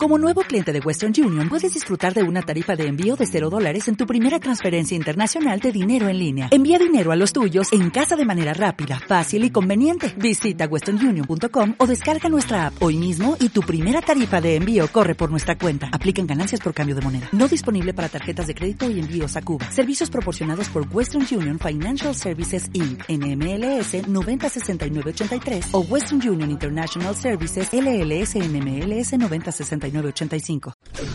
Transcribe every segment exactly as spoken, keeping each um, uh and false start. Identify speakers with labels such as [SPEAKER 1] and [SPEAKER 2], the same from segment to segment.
[SPEAKER 1] Como nuevo cliente de Western Union, puedes disfrutar de una tarifa de envío de cero dólares en tu primera transferencia internacional de dinero en línea. Envía dinero a los tuyos en casa de manera rápida, fácil y conveniente. Visita western union punto com o descarga nuestra app hoy mismo y tu primera tarifa de envío corre por nuestra cuenta. Aplican ganancias por cambio de moneda. No disponible para tarjetas de crédito y envíos a Cuba. Servicios proporcionados por Western Union Financial Services incorporated. N M L S noventa sesenta y nueve ochenta y tres o Western Union International Services L L S N M L S noventa sesenta y nueve ochenta y cinco.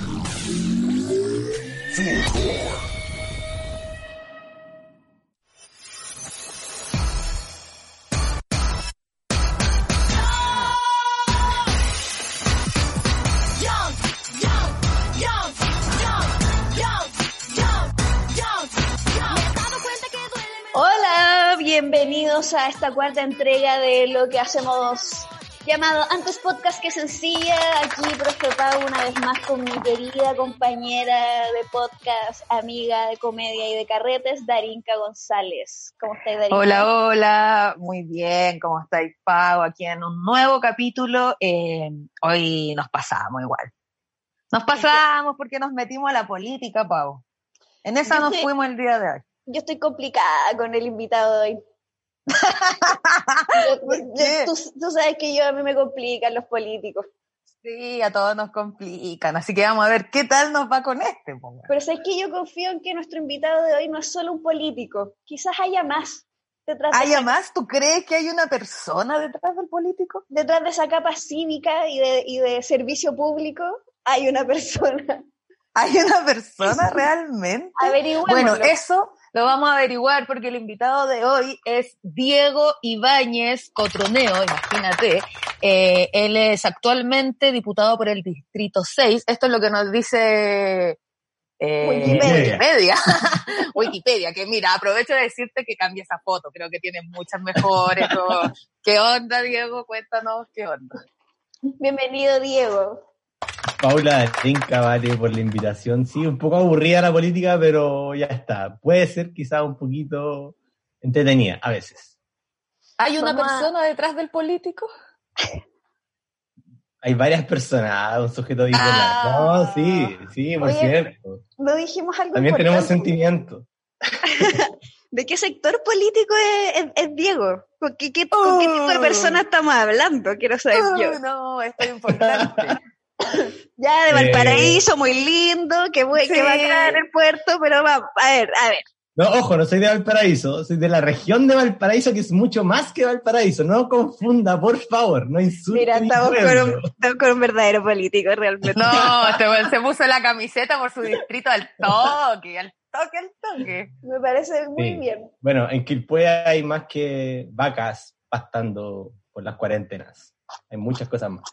[SPEAKER 2] Hola, bienvenidos a esta cuarta entrega de lo que hacemos llamado Antes Podcast que Sencilla. Aquí profe Pau una vez más con mi querida compañera de podcast, amiga de comedia y de carretes, Darinka González. ¿Cómo estáis, Darinka?
[SPEAKER 3] Hola, hola, muy bien, ¿cómo estáis, Pau? Aquí en un nuevo capítulo. Eh, hoy nos pasamos igual. Nos pasamos porque nos metimos a la política, Pau. En esa
[SPEAKER 2] Yo
[SPEAKER 3] nos
[SPEAKER 2] estoy,
[SPEAKER 3] fuimos el día de hoy.
[SPEAKER 2] Yo estoy complicada con el invitado de hoy. yo,
[SPEAKER 3] ¿Por qué?
[SPEAKER 2] tú, tú sabes que yo a mí me complican los políticos.
[SPEAKER 3] Sí, a todos nos complican, así que vamos a ver qué tal nos va con este. Po.
[SPEAKER 2] Pero sabes que yo confío en que nuestro invitado de hoy no es solo un político, quizás haya más detrás de
[SPEAKER 3] ¿Haya
[SPEAKER 2] esa,
[SPEAKER 3] más? ¿Tú crees que hay una persona detrás del político?
[SPEAKER 2] detrás de esa capa cívica y de, y de servicio público? Hay una persona.
[SPEAKER 3] ¿Hay una persona realmente?
[SPEAKER 2] Averigüémoslo.
[SPEAKER 3] Bueno, eso lo vamos a averiguar porque el invitado de hoy es Diego Ibáñez Cotroneo, imagínate. Eh, él es actualmente diputado por el Distrito seis. Esto es lo que nos dice eh,
[SPEAKER 2] Wikipedia.
[SPEAKER 3] Wikipedia. Wikipedia, que mira, aprovecho de decirte que cambie esa foto. Creo que tiene muchas mejores. O... ¿Qué onda, Diego? Cuéntanos qué onda.
[SPEAKER 2] Bienvenido, Diego.
[SPEAKER 4] Paula Darinka, vale, por la invitación. Sí, un poco aburrida la política, pero ya está. Puede ser quizá un poquito entretenida, a veces.
[SPEAKER 3] ¿Hay una
[SPEAKER 2] Vamos a-
[SPEAKER 3] persona detrás del político?
[SPEAKER 4] Hay varias personas, un sujeto bipolar.
[SPEAKER 3] Ah.
[SPEAKER 4] No, sí, sí, por
[SPEAKER 2] Oye,
[SPEAKER 4] cierto.
[SPEAKER 2] No dijimos algo
[SPEAKER 4] También tenemos
[SPEAKER 2] importante.
[SPEAKER 4] sentimientos.
[SPEAKER 2] ¿De qué sector político es, es, es Diego? ¿Con qué, qué, con qué tipo de persona estamos hablando? Quiero saber yo.
[SPEAKER 3] Uh, no, esto es importante.
[SPEAKER 2] Ya, de
[SPEAKER 4] Eh,
[SPEAKER 2] Valparaíso, muy lindo, que, voy,
[SPEAKER 3] Sí.
[SPEAKER 2] que va a quedar en el puerto, pero vamos, a ver, a ver.
[SPEAKER 4] No, ojo, no soy de Valparaíso, soy de la región de Valparaíso, que es mucho más que Valparaíso. No confunda, por favor, no insulte
[SPEAKER 2] Mira,
[SPEAKER 4] mi
[SPEAKER 2] estamos con,
[SPEAKER 4] pueblo.
[SPEAKER 2] un, estamos con un verdadero político, realmente.
[SPEAKER 3] No, este weón se puso la camiseta por su distrito al toque, al toque, al toque.
[SPEAKER 2] Me parece muy
[SPEAKER 4] Sí.
[SPEAKER 2] bien.
[SPEAKER 4] Bueno, en Quilpué hay más que vacas pastando por las cuarentenas. Hay muchas cosas más.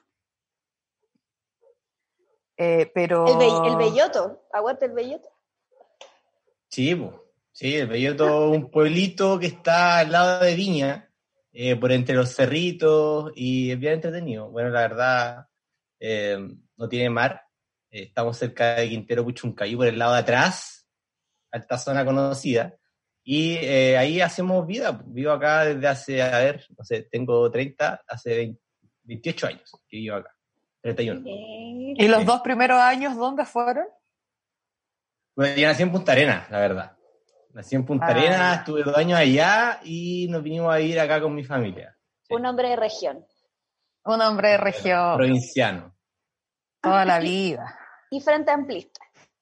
[SPEAKER 3] Eh, pero...
[SPEAKER 2] El, be- el belloto, aguanta el belloto.
[SPEAKER 4] Sí, po. Sí, el Belloto, un pueblito que está al lado de Viña, eh, por entre los cerritos, y es bien entretenido. Bueno, la verdad, eh, no tiene mar. Eh, estamos cerca de Quintero Puchuncaví, por el lado de atrás, alta zona conocida. Y eh, ahí hacemos vida. Vivo acá desde hace, a ver, no sé, tengo treinta, hace veinte, veintiocho años que vivo acá. treinta y uno.
[SPEAKER 2] Eh,
[SPEAKER 3] ¿Y los dos primeros años dónde fueron?
[SPEAKER 4] Bueno, yo nací en Punta Arenas, la verdad. Nací en Punta
[SPEAKER 3] Ah,
[SPEAKER 4] Arenas,
[SPEAKER 3] ya.
[SPEAKER 4] estuve dos años allá y nos vinimos a vivir acá con mi familia. Sí.
[SPEAKER 2] Un hombre de región.
[SPEAKER 3] Un hombre de región,
[SPEAKER 4] Provinciano.
[SPEAKER 3] toda la vida.
[SPEAKER 2] Y frente amplista.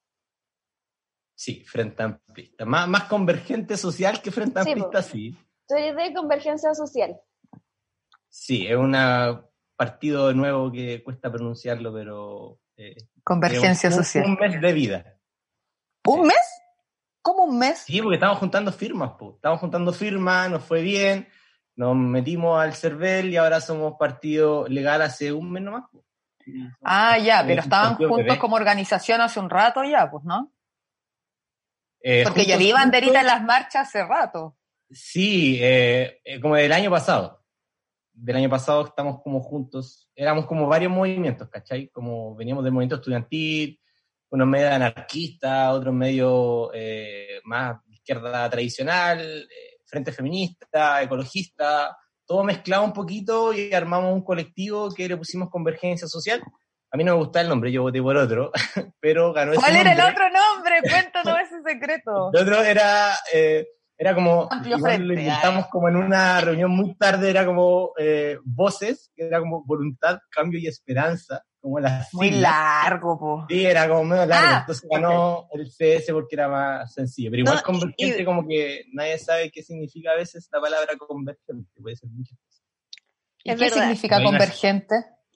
[SPEAKER 4] Sí, Frente Amplista. Más, más convergente social que Frente
[SPEAKER 2] Sí,
[SPEAKER 4] Amplista,
[SPEAKER 2] po.
[SPEAKER 4] sí.
[SPEAKER 2] Soy de Convergencia Social.
[SPEAKER 4] Sí, es un partido nuevo que cuesta pronunciarlo, pero... Eh,
[SPEAKER 3] Convergencia
[SPEAKER 4] un,
[SPEAKER 3] social.
[SPEAKER 4] Un mes de vida.
[SPEAKER 3] ¿Un mes? ¿Cómo un mes?
[SPEAKER 4] Sí, porque estamos juntando firmas, po. Estamos juntando firmas, nos fue bien, nos metimos al CERVEL y ahora somos partido legal hace un mes nomás, po.
[SPEAKER 3] Ah, ya, pero
[SPEAKER 4] Eh,
[SPEAKER 3] estaban
[SPEAKER 4] partido
[SPEAKER 3] juntos
[SPEAKER 4] bebé.
[SPEAKER 3] como organización hace un rato ya, pues, ¿no?
[SPEAKER 4] Eh,
[SPEAKER 3] Porque yo
[SPEAKER 4] juntos,
[SPEAKER 3] vi banderita en
[SPEAKER 4] juntos,
[SPEAKER 3] las marchas hace rato.
[SPEAKER 4] Sí, eh, eh, como del año pasado. Del año pasado estamos como juntos, éramos como varios movimientos, ¿cachai? Como veníamos del movimiento estudiantil, unos medio anarquistas, otros medio eh, más izquierda tradicional, eh, frente feminista, ecologista, todo mezclado un poquito y armamos un colectivo que le pusimos Convergencia Social A mí no me gustaba el nombre, yo voté por otro, pero ganó ese
[SPEAKER 3] ¿Cuál
[SPEAKER 4] nombre.
[SPEAKER 3] era el otro nombre? Cuéntanos ese secreto.
[SPEAKER 4] El otro era, eh, era como,
[SPEAKER 3] Amplio
[SPEAKER 4] igual
[SPEAKER 3] frente,
[SPEAKER 4] lo inventamos
[SPEAKER 3] ay.
[SPEAKER 4] como en una reunión muy tarde, era como eh, voces, que era como voluntad, cambio y esperanza, como las
[SPEAKER 3] Muy
[SPEAKER 4] siglas.
[SPEAKER 3] largo, po.
[SPEAKER 4] Sí, era como medio largo,
[SPEAKER 3] Ah,
[SPEAKER 4] entonces ganó el C S porque era más sencillo. Pero igual
[SPEAKER 2] No,
[SPEAKER 4] convergente,
[SPEAKER 2] y-
[SPEAKER 4] como que nadie sabe qué significa a veces la palabra convergente, puede ser muchas cosas.
[SPEAKER 3] ¿Y
[SPEAKER 2] Es
[SPEAKER 3] qué
[SPEAKER 2] verdad.
[SPEAKER 3] significa
[SPEAKER 4] Buenas.
[SPEAKER 3] convergente?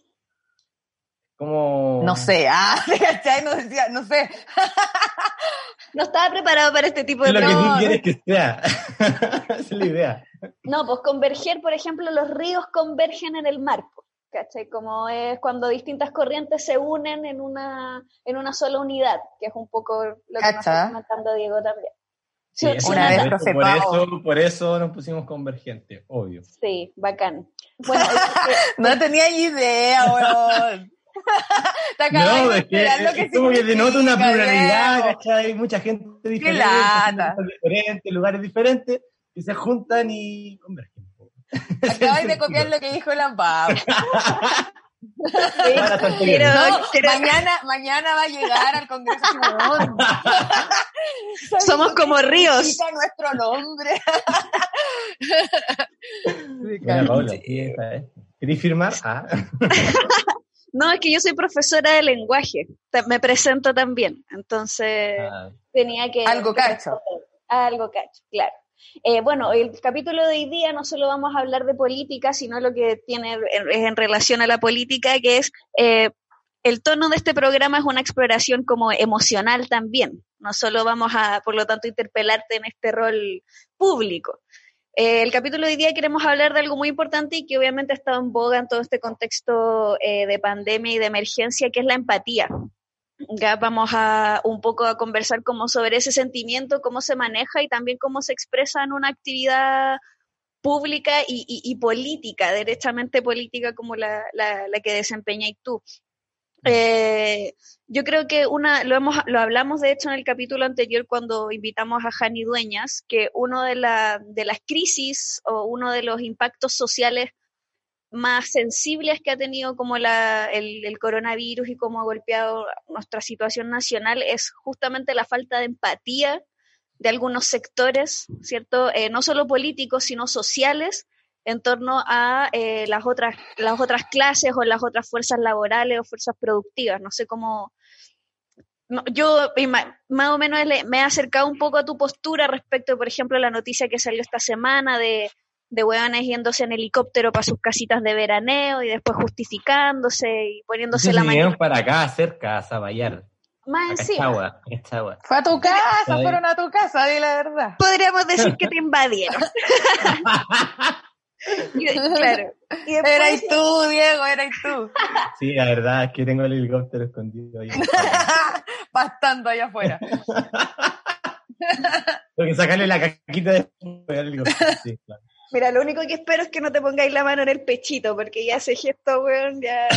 [SPEAKER 4] Como...
[SPEAKER 3] No sé, ah, ¿cachai? No decía, no sé.
[SPEAKER 2] no estaba preparado para este tipo
[SPEAKER 4] Es
[SPEAKER 2] de
[SPEAKER 4] lo que tú
[SPEAKER 2] preguntas.
[SPEAKER 4] quieres que sea. Esa es la idea.
[SPEAKER 2] No, pues converger, por ejemplo, los ríos convergen en el mar, pues, ¿cachai? Como es cuando distintas corrientes se unen en una, en una sola unidad, que es un poco lo que nos
[SPEAKER 3] Cacha.
[SPEAKER 2] está comentando Diego también.
[SPEAKER 4] Sí,
[SPEAKER 2] Sí,
[SPEAKER 4] eso,
[SPEAKER 3] Una vez,
[SPEAKER 4] por,
[SPEAKER 3] profe
[SPEAKER 4] eso, por,
[SPEAKER 3] Pau.
[SPEAKER 4] eso, por eso nos pusimos convergentes, obvio.
[SPEAKER 2] sí, bacán. Bueno, eh,
[SPEAKER 3] No tenía idea, weón. Te acabas
[SPEAKER 4] No,
[SPEAKER 3] de
[SPEAKER 4] es que,
[SPEAKER 3] enterar lo
[SPEAKER 4] es
[SPEAKER 3] que
[SPEAKER 4] como que denota una
[SPEAKER 3] significa,
[SPEAKER 4] pluralidad,
[SPEAKER 3] Diego.
[SPEAKER 4] ¿cachai? Mucha gente diferente,
[SPEAKER 3] lata.
[SPEAKER 4] cosas diferentes, lugares diferentes, y se juntan y convergen.
[SPEAKER 3] Acabas de copiar lo que dijo la Pau.
[SPEAKER 4] Todas las anteriores.
[SPEAKER 2] quiero-
[SPEAKER 3] No,
[SPEAKER 2] quiero-
[SPEAKER 3] mañana, mañana va a llegar al Congreso Simón. ¿Sabes
[SPEAKER 2] Somos
[SPEAKER 3] lo que
[SPEAKER 2] como ríos.
[SPEAKER 3] significa nuestro nombre?
[SPEAKER 4] Buena, Paula, sí, esa es. ¿Querés firmar? Ah.
[SPEAKER 2] no, es que yo soy profesora de lenguaje, te- me presento también, entonces
[SPEAKER 4] Ah,
[SPEAKER 2] tenía que...
[SPEAKER 3] Algo cacho.
[SPEAKER 2] Algo cacho, claro. Eh, bueno, el capítulo de hoy día no solo vamos a hablar de política, sino lo que tiene es en relación a la política, que es eh, el tono de este programa es una exploración como emocional también. No solo vamos a, por lo tanto, interpelarte en este rol público. Eh, el capítulo de hoy día queremos hablar de algo muy importante y que obviamente ha estado en boga en todo este contexto eh, de pandemia y de emergencia, que es la empatía. Ya vamos a un poco a conversar como sobre ese sentimiento, cómo se maneja y también cómo se expresa en una actividad pública y, y, y política, derechamente política como la, la, la que desempeñas tú. Eh, yo creo que una, lo, hemos, lo hablamos de hecho en el capítulo anterior cuando invitamos a Jani Dueñas, que uno de, la, de las crisis o uno de los impactos sociales más sensibles que ha tenido como la, el, el coronavirus y cómo ha golpeado nuestra situación nacional es justamente la falta de empatía de algunos sectores, ¿cierto? Eh, no solo políticos, sino sociales, en torno a eh, las otras, las otras clases o las otras fuerzas laborales o fuerzas productivas. No sé cómo... No, yo más o menos me he acercado un poco a tu postura respecto, por ejemplo, a la noticia que salió esta semana de de hueones yéndose en helicóptero para sus casitas de veraneo y después justificándose y poniéndose la
[SPEAKER 4] vinieron
[SPEAKER 2] manita.
[SPEAKER 4] para acá, cerca, a Zaballar.
[SPEAKER 2] Más
[SPEAKER 4] A
[SPEAKER 2] encima.
[SPEAKER 4] Cachagua, a Cachagua.
[SPEAKER 3] Fue a tu casa,
[SPEAKER 4] ¿sabes?
[SPEAKER 3] fueron a tu casa, di la verdad.
[SPEAKER 2] Podríamos decir que te invadieron. y, claro. Y después,
[SPEAKER 3] Eras tú, Diego, eras tú.
[SPEAKER 4] Sí, la verdad es que tengo el helicóptero escondido ahí.
[SPEAKER 3] Pastando allá afuera.
[SPEAKER 4] Tengo que sacarle la caquita de al helicóptero. Sí, claro.
[SPEAKER 2] Mira, lo único que espero es que no te pongáis la mano en el pechito, porque ya ese gesto, weón, ya...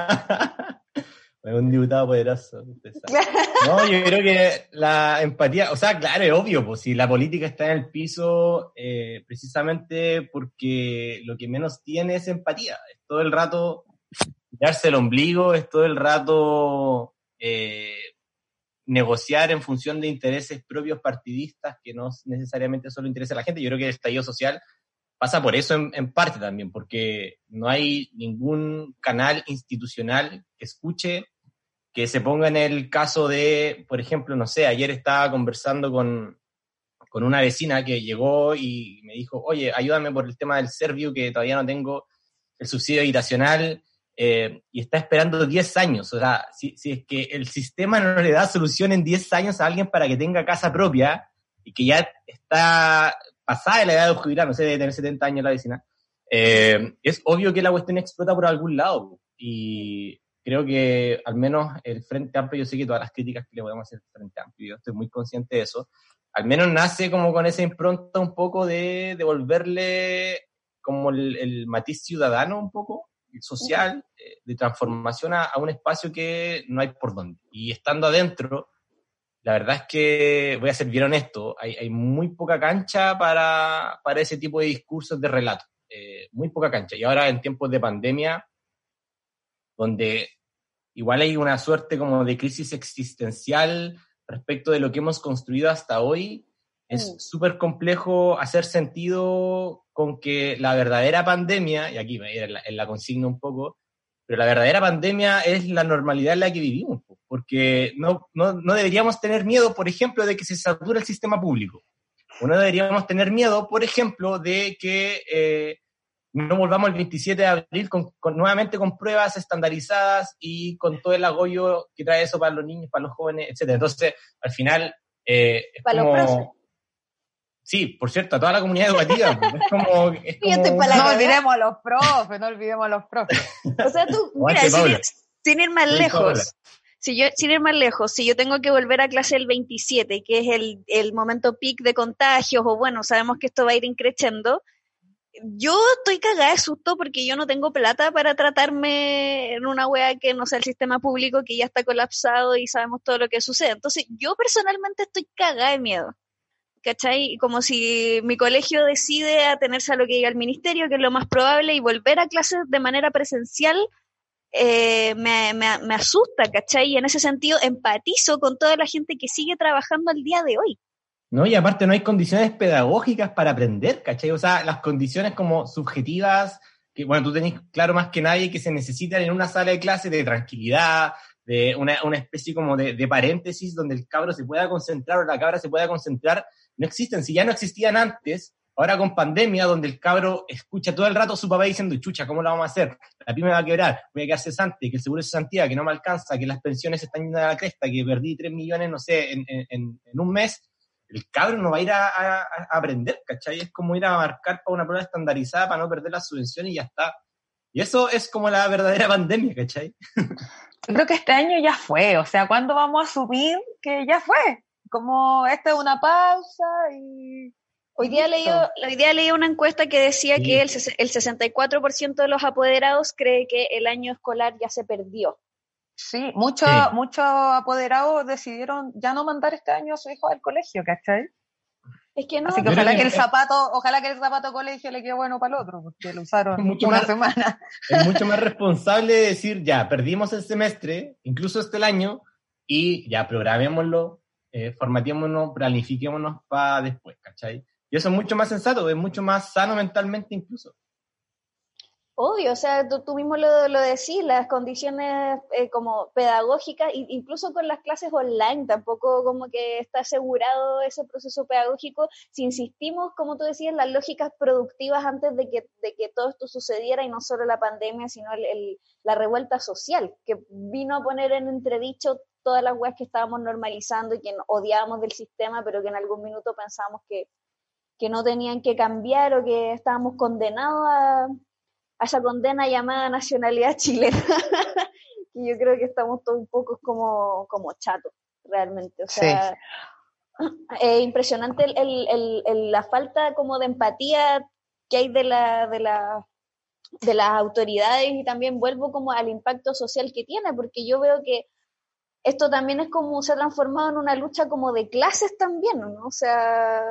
[SPEAKER 4] Un diputado poderoso. No, yo creo que la empatía, o sea, claro, es obvio, pues si la política está en el piso, eh, precisamente porque lo que menos tiene es empatía. Es todo el rato darse el ombligo, es todo el rato eh, negociar en función de intereses propios partidistas que no necesariamente solo interesa a la gente. Yo creo que el estallido social pasa por eso en, en parte también, porque no hay ningún canal institucional que escuche, que se ponga en el caso de, por ejemplo, no sé, ayer estaba conversando con, con una vecina que llegó y me dijo, oye, ayúdame por el tema del Serviu, que todavía no tengo el subsidio habitacional, eh, y está esperando diez años. O sea, si, si es que el sistema no le da solución en diez años a alguien para que tenga casa propia, y que ya está pasada de la edad de jubilar, no sé, de tener setenta años la vecina, eh, es obvio que la cuestión explota por algún lado. Y creo que al menos el Frente Amplio, yo sé que todas las críticas que le podemos hacer al Frente Amplio, yo estoy muy consciente de eso, al menos nace como con esa impronta un poco de devolverle como el, el matiz ciudadano un poco, social, eh, de transformación a, a un espacio que no hay por dónde. Y estando adentro, la verdad es que, voy a ser bien honesto, hay, hay muy poca cancha para, para ese tipo de discursos de relato, eh, muy poca cancha. Y ahora en tiempos de pandemia, donde igual hay una suerte como de crisis existencial respecto de lo que hemos construido hasta hoy. Es súper complejo hacer sentido con que la verdadera pandemia, y aquí me voy a ir en la, en la consigna un poco, pero la verdadera pandemia es la normalidad en la que vivimos, porque no, no, no deberíamos tener miedo, por ejemplo, de que se sature el sistema público. O no deberíamos tener miedo, por ejemplo, de que eh, no volvamos el veintisiete de abril con, con, nuevamente con pruebas estandarizadas y con todo el agollo que trae eso para los niños, para los jóvenes, etcétera. Entonces, al final, eh, es
[SPEAKER 2] para
[SPEAKER 4] como...
[SPEAKER 2] los profes.
[SPEAKER 4] Sí, por cierto, a toda la comunidad educativa. Es como... Es como
[SPEAKER 3] no olvidemos a los profes, no olvidemos a los profes.
[SPEAKER 2] O sea, tú, mira, sin ir, sin ir más lejos, si yo, sin ir más lejos, si yo tengo que volver a clase el veintisiete, que es el, el momento peak de contagios, o bueno, sabemos que esto va a ir increciendo, yo estoy cagada de susto porque yo no tengo plata para tratarme en una wea que no sea el sistema público, que ya está colapsado y sabemos todo lo que sucede. Entonces, yo personalmente estoy cagada de miedo. ¿Cachai? Como si mi colegio decide atenerse a lo que diga el ministerio, que es lo más probable, y volver a clases de manera presencial, eh, me, me, me asusta, ¿cachai? Y en ese sentido empatizo con toda la gente que sigue trabajando al día de hoy.
[SPEAKER 4] No, y aparte no hay condiciones pedagógicas para aprender, ¿cachai? O sea, las condiciones como subjetivas, que bueno, tú tenés claro más que nadie que se necesitan en una sala de clase de tranquilidad, de una, una especie como de, de paréntesis donde el cabro se pueda concentrar o la cabra se pueda concentrar, no existen. Si ya no existían antes, ahora con pandemia, donde el cabro escucha todo el rato a su papá diciendo, chucha, ¿cómo lo vamos a hacer? La pyme me va a quebrar, voy a quedar cesante, que el seguro de cesantía, que no me alcanza, que las pensiones están yendo a la cresta, que perdí tres millones, no sé, en, en, en un mes. El cabro no va a ir a, a, a aprender, ¿cachai? Es como ir a marcar para una prueba estandarizada para no perder las subvenciones y ya está. Y eso es como la verdadera pandemia, ¿cachai?
[SPEAKER 3] Yo creo que este año ya fue, o sea, ¿cuándo vamos a asumir que ya fue? Como esta es una pausa y...
[SPEAKER 2] Hoy día, leí, hoy día leí una encuesta que decía sí. que el, el sesenta y cuatro por ciento de los apoderados cree que el año escolar ya se perdió.
[SPEAKER 3] Sí, muchos sí. muchos apoderados decidieron ya no mandar este año a su hijo al colegio, ¿cachai?
[SPEAKER 2] Es que no.
[SPEAKER 3] Así que ojalá que el zapato, ojalá que el zapato colegio le quede bueno para el otro, porque lo usaron mucho una
[SPEAKER 4] más,
[SPEAKER 3] semana.
[SPEAKER 4] Es mucho más responsable decir, ya, perdimos el semestre, incluso este el año, y ya, programémoslo, eh, formatémonos, planifiquémonos para después, ¿cachai? Y eso es mucho más sensato, es mucho más sano mentalmente incluso.
[SPEAKER 2] Obvio, o sea, tú, tú mismo lo, lo decís, las condiciones eh, como pedagógicas, incluso con las clases online, tampoco como que está asegurado ese proceso pedagógico. Si insistimos, como tú decías, en las lógicas productivas antes de que, de que todo esto sucediera, y no solo la pandemia, sino el, el, la revuelta social, que vino a poner en entredicho todas las weas que estábamos normalizando y que odiábamos del sistema, pero que en algún minuto pensábamos que, que no tenían que cambiar o que estábamos condenados a... a esa condena llamada nacionalidad chilena. Y yo creo que estamos todos un poco como, como chatos, realmente. O sea, sí. Es impresionante el, el, el, el, la falta como de empatía que hay de, la, de, la, de las autoridades, y también vuelvo como al impacto social que tiene, porque yo veo que esto también es como se ha transformado en una lucha como de clases también, ¿no? O sea...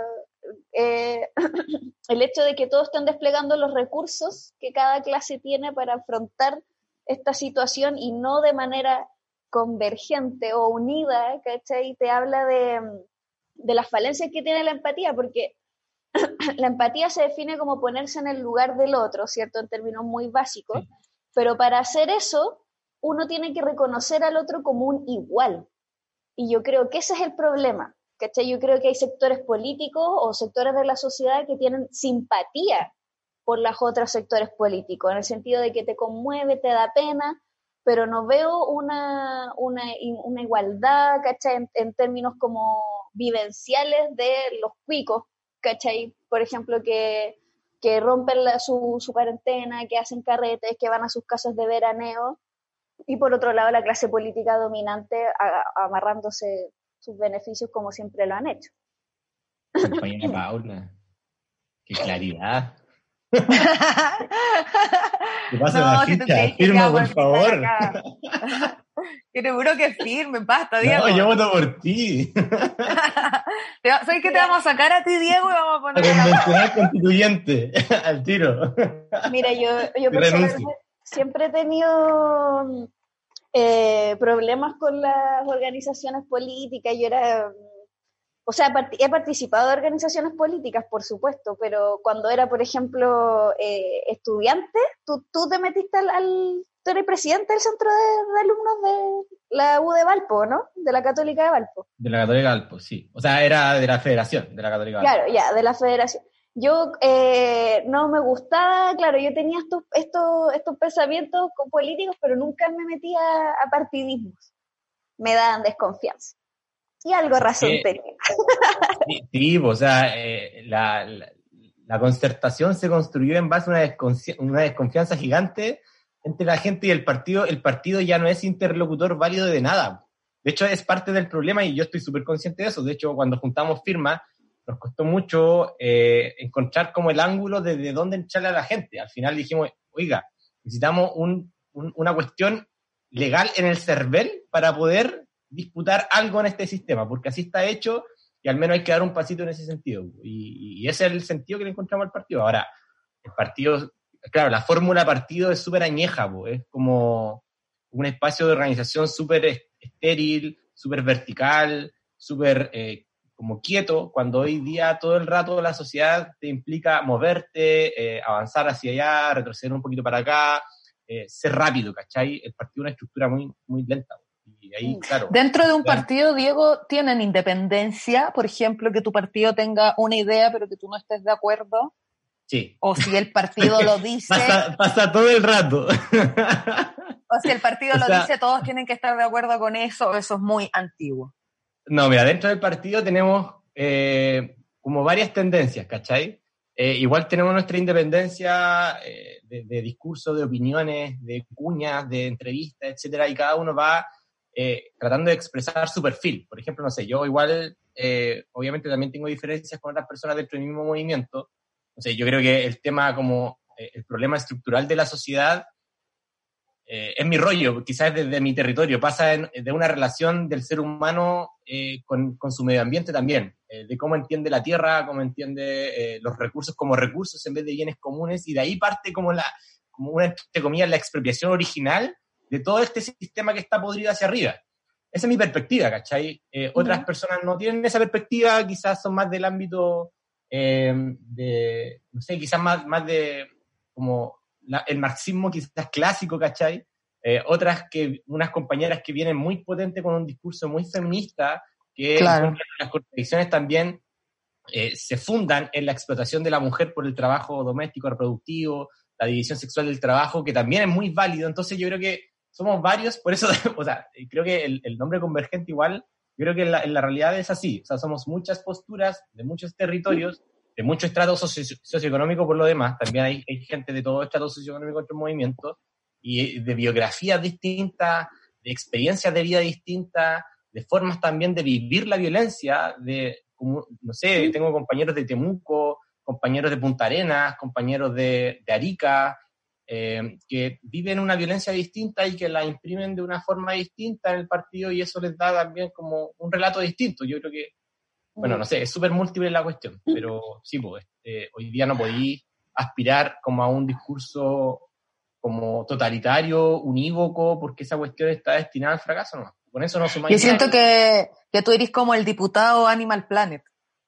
[SPEAKER 2] Eh, el hecho de que todos estén desplegando los recursos que cada clase tiene para afrontar esta situación y no de manera convergente o unida, ¿cachai? Te habla de, de las falencias que tiene la empatía, porque la empatía se define como ponerse en el lugar del otro, ¿cierto? En términos muy básicos, sí. Pero para hacer eso uno tiene que reconocer al otro como un igual, y yo creo que ese es el problema. ¿Cachai? Yo creo que hay sectores políticos o sectores de la sociedad que tienen simpatía por los otros sectores políticos, en el sentido de que te conmueve, te da pena, pero no veo una, una, una igualdad, ¿cachai? En, en términos como vivenciales de los cuicos, ¿cachai? Por ejemplo, que, que rompen la, su, su cuarentena, que hacen carretes, que van a sus casas de veraneo, y por otro lado la clase política dominante a, amarrándose sus beneficios como siempre lo han hecho.
[SPEAKER 4] Compañera Paula, qué claridad. ¿Qué pasa,
[SPEAKER 3] no,
[SPEAKER 4] la
[SPEAKER 3] si
[SPEAKER 4] ficha? Firma, por favor.
[SPEAKER 3] Que te juro que firme, basta,
[SPEAKER 4] No,
[SPEAKER 3] Diego.
[SPEAKER 4] yo voto por ti.
[SPEAKER 3] ¿Sabes qué te vamos a sacar a ti, Diego? Y vamos a poner
[SPEAKER 4] a convencional constituyente, al tiro.
[SPEAKER 2] Mira, yo, yo personalmente siempre he tenido eh, problemas con las organizaciones políticas. Yo era, o sea, he participado de organizaciones políticas, por supuesto, pero cuando era, por ejemplo, eh, estudiante, tú, tú te metiste al, al tú eres presidente del centro de, de alumnos de la U de Valpo, ¿no? De la Católica de Valpo.
[SPEAKER 4] De la Católica de Valpo, sí. O sea, era de la Federación de la Católica de Valpo.
[SPEAKER 2] Claro, ya, de la Federación. Yo eh, no me gustaba, claro, yo tenía estos, estos, estos pensamientos políticos, pero nunca me metía a, a partidismos. Me daban desconfianza. Y algo razón
[SPEAKER 4] eh,
[SPEAKER 2] tenía.
[SPEAKER 4] Sí, sí, o sea, eh, la, la, la concertación se construyó en base a una, desconfi- una desconfianza gigante entre la gente y el partido. El partido ya no es interlocutor válido de nada. De hecho, es parte del problema y yo estoy súper consciente de eso. De hecho, cuando juntamos firmas, nos costó mucho eh, encontrar como el ángulo de, de dónde echarle a la gente. Al final dijimos, oiga, necesitamos un, un, una cuestión legal en el CERVEL para poder disputar algo en este sistema, porque así está hecho y al menos hay que dar un pasito en ese sentido. Y, y ese es el sentido que le encontramos al partido. Ahora, el partido, claro, la fórmula partido es súper añeja, po, es como un espacio de organización súper estéril, súper vertical, súper eh, como quieto, cuando hoy día todo el rato la sociedad te implica moverte, eh, avanzar hacia allá, retroceder un poquito para acá, eh, ser rápido, ¿cachai? El partido es una estructura muy, muy lenta. Y ahí, claro,
[SPEAKER 3] dentro de un
[SPEAKER 4] claro.
[SPEAKER 3] partido, Diego, ¿tienen independencia? Por ejemplo, que tu partido tenga una idea, pero que tú no estés de acuerdo.
[SPEAKER 4] Sí.
[SPEAKER 3] O si el partido lo dice...
[SPEAKER 4] pasa, pasa todo el rato.
[SPEAKER 3] O si el partido
[SPEAKER 4] o
[SPEAKER 3] lo
[SPEAKER 4] sea,
[SPEAKER 3] dice, todos tienen que estar de acuerdo con eso, eso es muy antiguo.
[SPEAKER 4] No, mira, dentro del partido tenemos eh, como varias tendencias, ¿cachai? Eh, igual tenemos nuestra independencia eh, de, de discurso, de opiniones, de cuñas, de entrevistas, etcétera, y cada uno va eh, tratando de expresar su perfil. Por ejemplo, no sé, yo igual, eh, obviamente también tengo diferencias con otras personas dentro del mismo movimiento. No sé, yo creo que el tema como eh, el problema estructural de la sociedad eh, es mi rollo, quizás desde mi territorio, pasa en, de una relación del ser humano eh, con, con su medio ambiente también, eh, de cómo entiende la tierra, cómo entiende eh, los recursos como recursos en vez de bienes comunes, y de ahí parte como, la, como una, entre comillas, la expropiación original de todo este sistema que está podrido hacia arriba. Esa es mi perspectiva, ¿cachai? Eh, otras uh-huh. personas no tienen esa perspectiva, quizás son más del ámbito eh, de, no sé, quizás más, más de como la, el marxismo quizás clásico, ¿cachai? Eh, otras que, unas compañeras que vienen muy potentes con un discurso muy feminista, que
[SPEAKER 3] claro.
[SPEAKER 4] las contradicciones también eh, se fundan en la explotación de la mujer por el trabajo doméstico, reproductivo, la división sexual del trabajo, que también es muy válido. Entonces yo creo que somos varios, por eso, o sea, creo que el, el nombre convergente igual, yo creo que en la, en la realidad es así, o sea, somos muchas posturas de muchos territorios, de mucho estrato socio, socioeconómico por lo demás, también hay, hay gente de todo estrato socioeconómico en otros movimientos, y de biografías distintas, de experiencias de vida distintas, de formas también de vivir la violencia, de, como, no sé, tengo compañeros de Temuco, compañeros de Punta Arenas, compañeros de, de Arica, eh, que viven una violencia distinta y que la imprimen de una forma distinta en el partido, y eso les da también como un relato distinto. Yo creo que, bueno, no sé, es súper múltiple la cuestión, pero sí, pues, eh, hoy día no podí aspirar como a un discurso como totalitario, unívoco, porque esa cuestión está destinada al fracaso, ¿no? Con eso no sumáis.
[SPEAKER 3] Yo siento que, que tú eres como el diputado Animal Planet.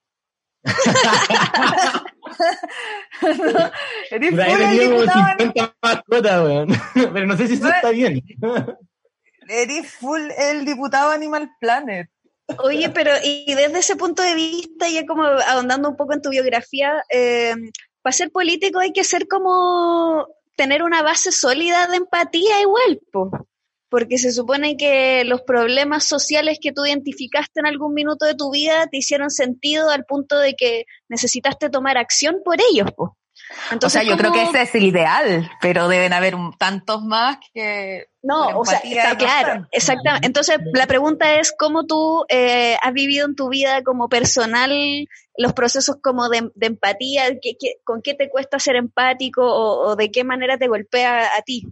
[SPEAKER 3] no, eres
[SPEAKER 4] full el diputado cincuenta mascotas, weón. Pero no sé si eso está bien.
[SPEAKER 2] Eres full el diputado Animal Planet. Oye, pero y desde ese punto de vista, ya como ahondando un poco en tu biografía, eh, para ser político hay que ser como tener una base sólida de empatía igual, po. Porque se supone que los problemas sociales que tú identificaste en algún minuto de tu vida te hicieron sentido al punto de que necesitaste tomar acción por ellos, po.
[SPEAKER 3] Entonces, o sea, yo ¿cómo? Creo que ese es el ideal, pero deben haber un, tantos más que...
[SPEAKER 2] No, o sea, está claro, exactamente. Entonces, la pregunta es cómo tú eh, has vivido en tu vida como personal los procesos como de, de empatía, ¿qué, qué, con qué te cuesta ser empático o, o de qué manera te golpea a ti.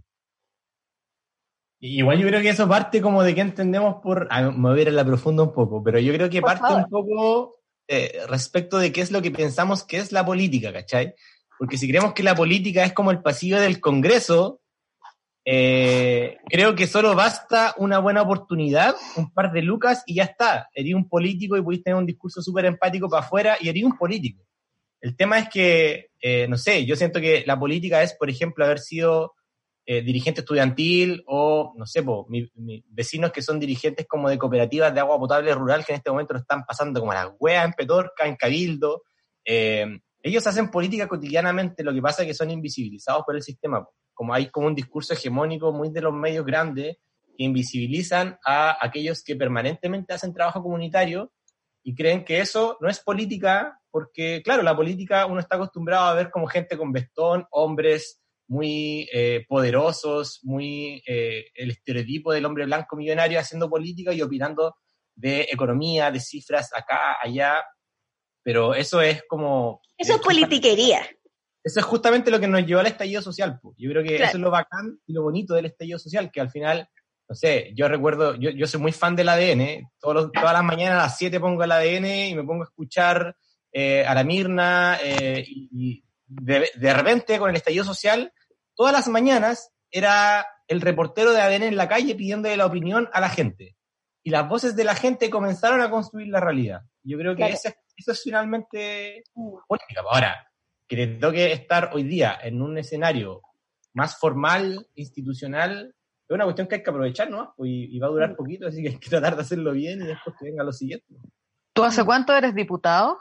[SPEAKER 4] Igual yo creo que eso parte como de qué entendemos por... Ah, me voy a ir a la profunda un poco, pero yo creo que por parte favor. un poco eh, respecto de qué es lo que pensamos que es la política, ¿cachai? Porque si creemos que la política es como el pasillo del Congreso, Eh, creo que solo basta una buena oportunidad, un par de lucas y ya está. Eres un político y pudiste tener un discurso súper empático para afuera y eres un político. El tema es que, eh, no sé, yo siento que la política es, por ejemplo, haber sido eh, dirigente estudiantil o, no sé, po, mis mi vecinos que son dirigentes como de cooperativas de agua potable rural que en este momento lo están pasando como a las weas en Petorca, en Cabildo. Eh, ellos hacen política cotidianamente, lo que pasa es que son invisibilizados por el sistema. Como hay como un discurso hegemónico muy de los medios grandes que invisibilizan a aquellos que permanentemente hacen trabajo comunitario y creen que eso no es política, porque, claro, la política uno está acostumbrado a ver como gente con vestón, hombres muy eh, poderosos, muy eh, el estereotipo del hombre blanco millonario haciendo política y opinando de economía, de cifras acá, allá, pero eso es como...
[SPEAKER 2] Eso es politiquería.
[SPEAKER 4] Eso es justamente lo que nos llevó al estallido social, pues. Yo creo que
[SPEAKER 2] claro.
[SPEAKER 4] Eso es lo bacán y lo bonito del estallido social, que al final, no sé, yo recuerdo, yo, yo soy muy fan del A D N, todos los, todas las mañanas a las siete pongo el A D N y me pongo a escuchar eh, a la Mirna, eh, y, y de, de repente con el estallido social, todas las mañanas era el reportero de A D N en la calle pidiéndole la opinión a la gente. Y las voces de la gente comenzaron a construir la realidad. Yo creo que claro. eso, es, eso es finalmente política. Ahora, que le toque estar hoy día en un escenario más formal, institucional, es una cuestión que hay que aprovechar, ¿no? Y, y va a durar poquito, así que hay que tratar de hacerlo bien y después que venga lo siguiente.
[SPEAKER 3] ¿Tú hace cuánto eres diputado?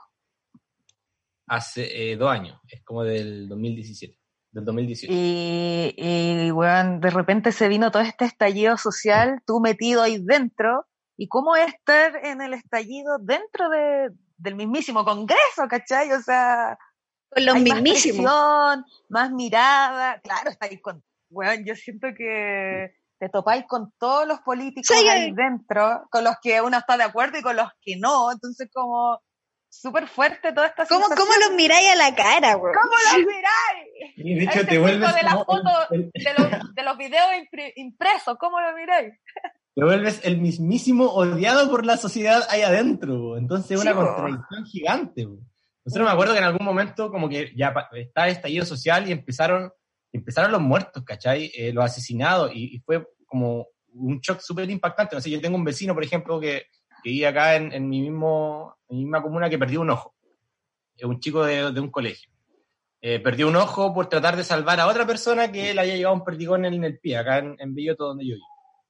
[SPEAKER 4] Hace eh, dos años, es como del dos mil diecisiete, del dos mil dieciocho.
[SPEAKER 3] Y, y bueno, de repente se vino todo este estallido social, tú metido ahí dentro, ¿y cómo es estar en el estallido dentro de, del mismísimo Congreso, ¿cachai? O sea...
[SPEAKER 2] Con los
[SPEAKER 3] hay
[SPEAKER 2] mismísimos.
[SPEAKER 3] Más presión, más mirada, claro, estáis con, bueno, yo siento que te topáis con todos los políticos sí, ahí dentro, con los que uno está de acuerdo y con los que no, entonces como súper fuerte toda esta
[SPEAKER 2] ¿Cómo,
[SPEAKER 3] sensación.
[SPEAKER 2] ¿Cómo los miráis a la cara, güey?
[SPEAKER 3] ¿Cómo los miráis?
[SPEAKER 4] Y de hecho te vuelves
[SPEAKER 3] de las
[SPEAKER 4] como
[SPEAKER 3] fotos,
[SPEAKER 4] el...
[SPEAKER 3] de, los, de los videos impre, impresos, ¿cómo los miráis?
[SPEAKER 4] Te vuelves el mismísimo odiado por la sociedad ahí adentro, entonces es una sí, contradicción gigante, güey. Nosotros me acuerdo que en algún momento como que ya estaba el estallido social y empezaron, empezaron los muertos, ¿cachai? Eh, los asesinados y, y fue como un shock súper impactante. No sé, yo tengo un vecino, por ejemplo, que, que vive acá en, en, mi mismo, en mi misma comuna que perdió un ojo. Es un chico de, de un colegio. Eh, perdió un ojo por tratar de salvar a otra persona que le había llegado un perdigón en el pie, acá en, en Belloto, donde yo vivo.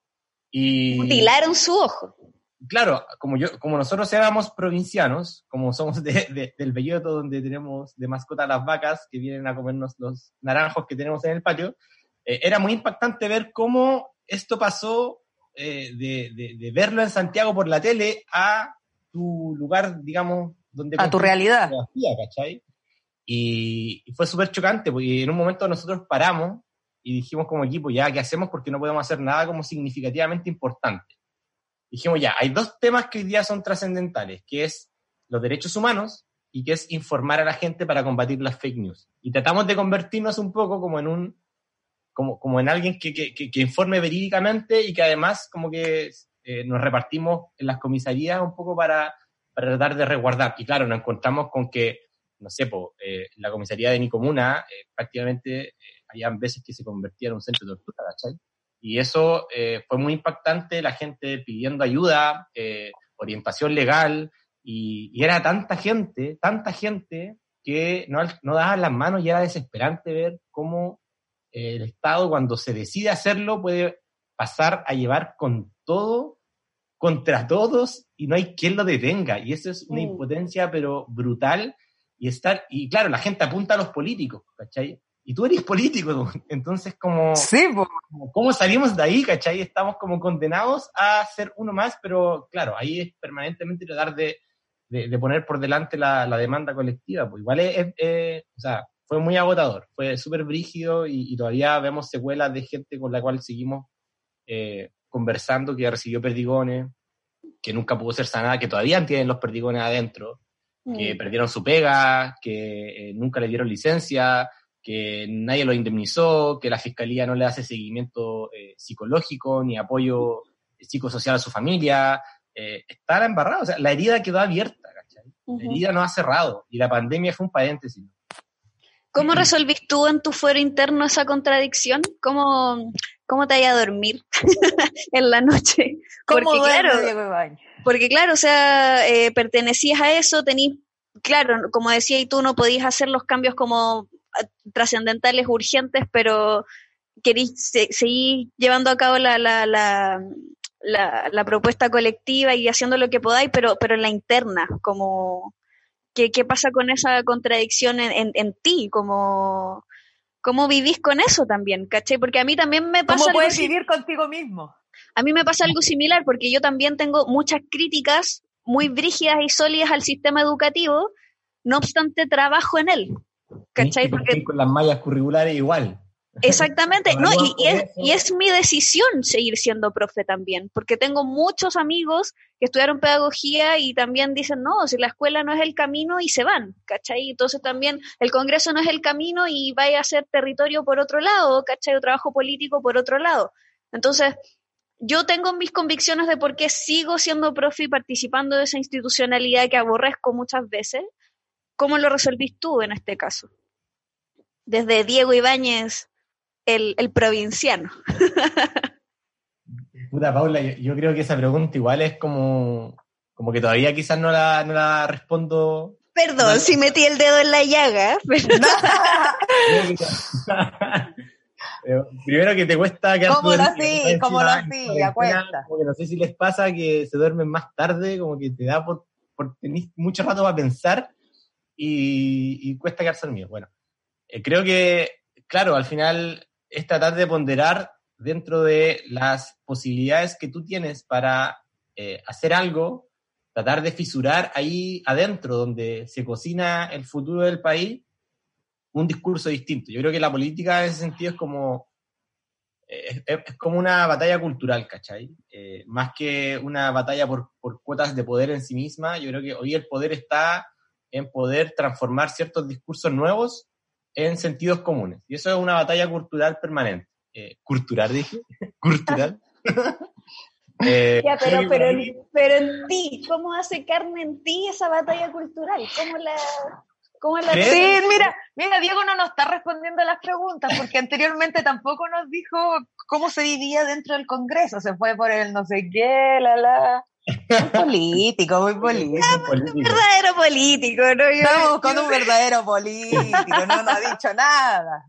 [SPEAKER 4] Y
[SPEAKER 2] mutilaron su ojo.
[SPEAKER 4] Claro, como yo, como nosotros éramos provincianos, como somos de, de, del Belloto, donde tenemos de mascota las vacas que vienen a comernos los naranjos que tenemos en el patio, eh, era muy impactante ver cómo esto pasó eh, de, de, de verlo en Santiago por la tele a tu lugar, digamos, donde...
[SPEAKER 3] A tu realidad.
[SPEAKER 4] ¿Cachai? Y, y fue súper chocante, porque en un momento nosotros paramos y dijimos como equipo, ya, ¿qué hacemos? Porque no podemos hacer nada como significativamente importante. Dijimos ya, hay dos temas que hoy día son trascendentales, que es los derechos humanos y que es informar a la gente para combatir las fake news. Y tratamos de convertirnos un poco como en un, como, como en alguien que, que, que, que informe verídicamente y que además como que eh, nos repartimos en las comisarías un poco para, para tratar de resguardar. Y claro, nos encontramos con que, no sé, po, eh, la comisaría de mi comuna eh, prácticamente eh, habían veces que se convertía en un centro de tortura, ¿cachai? Y eso eh, fue muy impactante, la gente pidiendo ayuda, eh, orientación legal, y, y era tanta gente, tanta gente, que no, no daban las manos y era desesperante ver cómo eh, el Estado, cuando se decide hacerlo, puede pasar a llevar con todo, contra todos, y no hay quien lo detenga. Y eso es una impotencia, pero brutal, y estar, y claro, la gente apunta a los políticos, ¿cachai? Y tú eres político, entonces como,
[SPEAKER 3] sí,
[SPEAKER 4] como, ¿cómo salimos de ahí, cachai? Estamos como condenados a ser uno más, pero claro, ahí es permanentemente tratar de, de, de poner por delante la, la demanda colectiva, pues igual es, es, es, o sea, fue muy agotador, fue súper brígido y, y todavía vemos secuelas de gente con la cual seguimos eh, conversando, que recibió perdigones, que nunca pudo ser sanada, que todavía tienen los perdigones adentro, mm. que perdieron su pega, que eh, nunca le dieron licencia, que nadie lo indemnizó, que la fiscalía no le hace seguimiento eh, psicológico ni apoyo psicosocial a su familia, eh, está embarrada, o sea, la herida quedó abierta, ¿cachai? Uh-huh. La herida no ha cerrado, y la pandemia fue un paréntesis.
[SPEAKER 2] ¿Cómo resolvís tú en tu fuero interno esa contradicción? ¿Cómo, ¿cómo te vayas a dormir en la noche?
[SPEAKER 3] ¿Cómo
[SPEAKER 2] porque,
[SPEAKER 3] duerme
[SPEAKER 2] claro,
[SPEAKER 3] Diego Ibáñez?
[SPEAKER 2] Porque claro, o sea, eh, pertenecías a eso, tenís, claro, como decía y tú, no podías hacer los cambios como trascendentales, urgentes, pero querís se, seguir llevando a cabo la, la, la, la, la propuesta colectiva y haciendo lo que podáis, pero, pero en la interna, como, ¿qué, qué pasa con esa contradicción en, en, en ti? Como, ¿cómo vivís con eso también? ¿Cachai? Porque a mí también me pasa...
[SPEAKER 3] ¿Cómo puedes
[SPEAKER 2] algo
[SPEAKER 3] vivir contigo mismo?
[SPEAKER 2] A mí me pasa algo similar, porque yo también tengo muchas críticas muy brígidas y sólidas al sistema educativo, no obstante trabajo en él. ¿Cachai?
[SPEAKER 4] Porque con las mallas curriculares igual.
[SPEAKER 2] Exactamente, no, y, y, es, y es mi decisión seguir siendo profe también, porque tengo muchos amigos que estudiaron pedagogía y también dicen, no, si la escuela no es el camino y se van, ¿cachai? Entonces también el Congreso no es el camino y vaya a ser territorio por otro lado, ¿cachai? O trabajo político por otro lado. Entonces, yo tengo mis convicciones de por qué sigo siendo profe y participando de esa institucionalidad que aborrezco muchas veces. ¿Cómo lo resolvís tú en este caso? Desde Diego Ibáñez, el, el provinciano.
[SPEAKER 4] Puta, Paula, yo, yo creo que esa pregunta igual es como, como que todavía quizás no la, no la respondo.
[SPEAKER 2] Perdón, no. Si metí el dedo en la llaga. Pero...
[SPEAKER 4] Primero que te cuesta que
[SPEAKER 3] ¿Cómo lo sí? ¿Cómo lo sí? Ya cuesta.
[SPEAKER 4] Como que no sé si les pasa que se duermen más tarde, como que te da por, por tener mucho rato para pensar y, y cuesta quedarse dormido. Bueno, eh, creo que, claro, al final es tratar de ponderar dentro de las posibilidades que tú tienes para eh, hacer algo, tratar de fisurar ahí adentro, donde se cocina el futuro del país, un discurso distinto. Yo creo que la política en ese sentido es como es, es como una batalla cultural, ¿cachai? Eh, más que una batalla por, por cuotas de poder en sí misma, yo creo que hoy el poder está en poder transformar ciertos discursos nuevos en sentidos comunes. Y eso es una batalla cultural permanente. Eh, ¿Cultural, dije? ¿Cultural?
[SPEAKER 2] eh, ya, pero, pero, en, pero en ti, ¿cómo hace carne en ti esa batalla cultural? ¿Cómo la...? ¿Cómo la
[SPEAKER 3] sí, mira, mira, Diego no nos está respondiendo a las preguntas, porque anteriormente tampoco nos dijo cómo se vivía dentro del Congreso, se fue por el no sé qué, la la... Muy político, muy político.
[SPEAKER 2] Estamos un verdadero político, ¿no? Yo,
[SPEAKER 3] Estamos con un verdadero político, no nos ha dicho nada.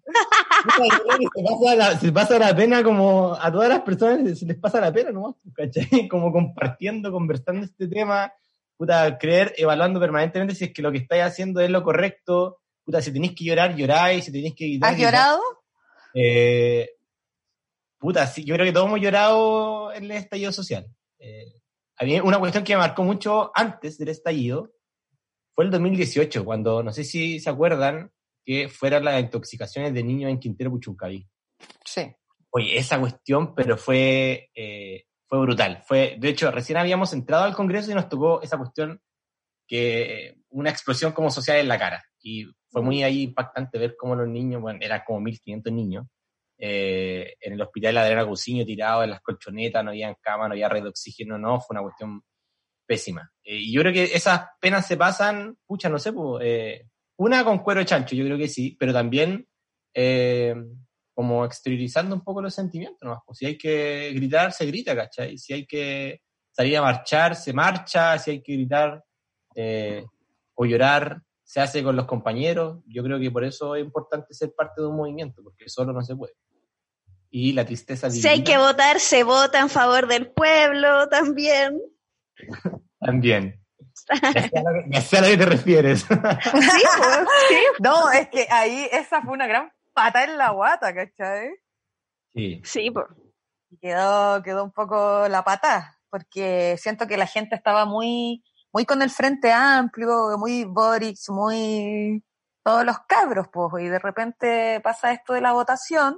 [SPEAKER 4] Se pasa, la, se pasa la pena como a todas las personas, se les pasa la pena nomás, ¿cachai? Como compartiendo, conversando este tema. Puta, creer, evaluando permanentemente si es que lo que estáis haciendo es lo correcto. Puta, si tenéis que llorar, lloráis, si tenéis que gritar...
[SPEAKER 3] ¿Has llorado?
[SPEAKER 4] Eh, puta, sí, yo creo que todos hemos llorado en el estallido social. Eh, a mí una cuestión que me marcó mucho antes del estallido fue el dos mil dieciocho, cuando, no sé si se acuerdan, que fueron las intoxicaciones de niños en Quintero Puchuncaví.
[SPEAKER 3] Sí.
[SPEAKER 4] Oye, esa cuestión, pero fue... Eh, Fue brutal. Fue, de hecho, recién habíamos entrado al Congreso y nos tocó esa cuestión, que una explosión como social en la cara. Y fue muy ahí impactante ver cómo los niños, bueno, eran como mil quinientos niños, eh, en el hospital Adriana Cousiño tirados en las colchonetas, no había cama, no había red de oxígeno, no, fue una cuestión pésima. Eh, y yo creo que esas penas se pasan, pucha, no sé, pues, eh, una con cuero de chancho, yo creo que sí, pero también... Eh, como exteriorizando un poco los sentimientos, ¿no? Pues si hay que gritar, se grita, ¿cachai? Si hay que salir a marchar, se marcha, si hay que gritar eh, o llorar, se hace con los compañeros. Yo creo que por eso es importante ser parte de un movimiento, porque solo no se puede. Y la tristeza divina.
[SPEAKER 2] Si hay que votar, se vota en favor del pueblo también.
[SPEAKER 4] También. Ya sé a lo que, ya sé a lo que te refieres.
[SPEAKER 3] ¿Sí? Pues, sí. No, es que ahí esa fue una gran pata en la guata, ¿cachai?
[SPEAKER 4] Sí.
[SPEAKER 2] Sí, pues.
[SPEAKER 3] Y quedó, quedó un poco la pata, porque siento que la gente estaba muy, muy con el Frente Amplio, muy Boric, muy todos los cabros, pues, y de repente pasa esto de la votación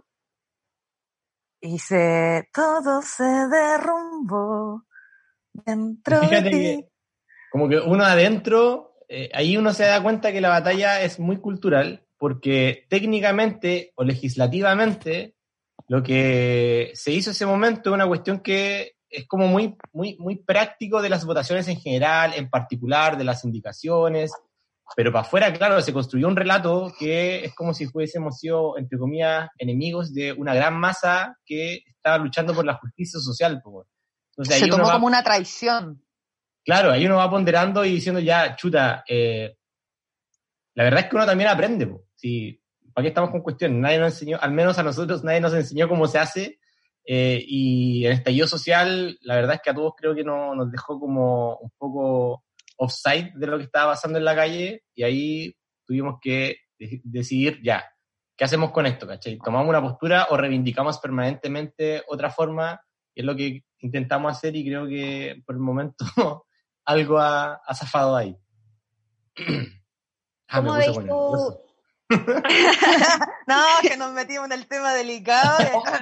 [SPEAKER 3] y se, todo se derrumbó dentro
[SPEAKER 4] Fíjate
[SPEAKER 3] de ti.
[SPEAKER 4] Que, como que uno adentro, eh, ahí uno se da cuenta que la batalla es muy cultural, porque técnicamente o legislativamente lo que se hizo en ese momento es una cuestión que es como muy, muy, muy práctico de las votaciones en general, en particular de las indicaciones, pero para afuera, claro, se construyó un relato que es como si fuésemos sido, entre comillas, enemigos de una gran masa que está luchando por la justicia social. Pues. Entonces,
[SPEAKER 3] se
[SPEAKER 4] ahí
[SPEAKER 3] tomó
[SPEAKER 4] uno va,
[SPEAKER 3] como una traición.
[SPEAKER 4] Claro, ahí uno va ponderando y diciendo ya, chuta, eh, la verdad es que uno también aprende. Pues. Si, ¿para qué estamos con cuestiones? Nadie nos enseñó, al menos a nosotros, nadie nos enseñó cómo se hace. Eh, y el estallido social, la verdad es que a todos creo que no, nos dejó como un poco offside de lo que estaba pasando en la calle, y ahí tuvimos que de- decidir ya, ¿qué hacemos con esto? ¿Cachai? ¿Tomamos una postura o reivindicamos permanentemente otra forma? Y es lo que intentamos hacer, y creo que por el momento algo ha, ha zafado ahí. Ah, me
[SPEAKER 2] ¿Cómo
[SPEAKER 4] puse
[SPEAKER 2] veis
[SPEAKER 4] con
[SPEAKER 2] tú?
[SPEAKER 4] nervioso.
[SPEAKER 3] No, que nos metimos en el tema delicado.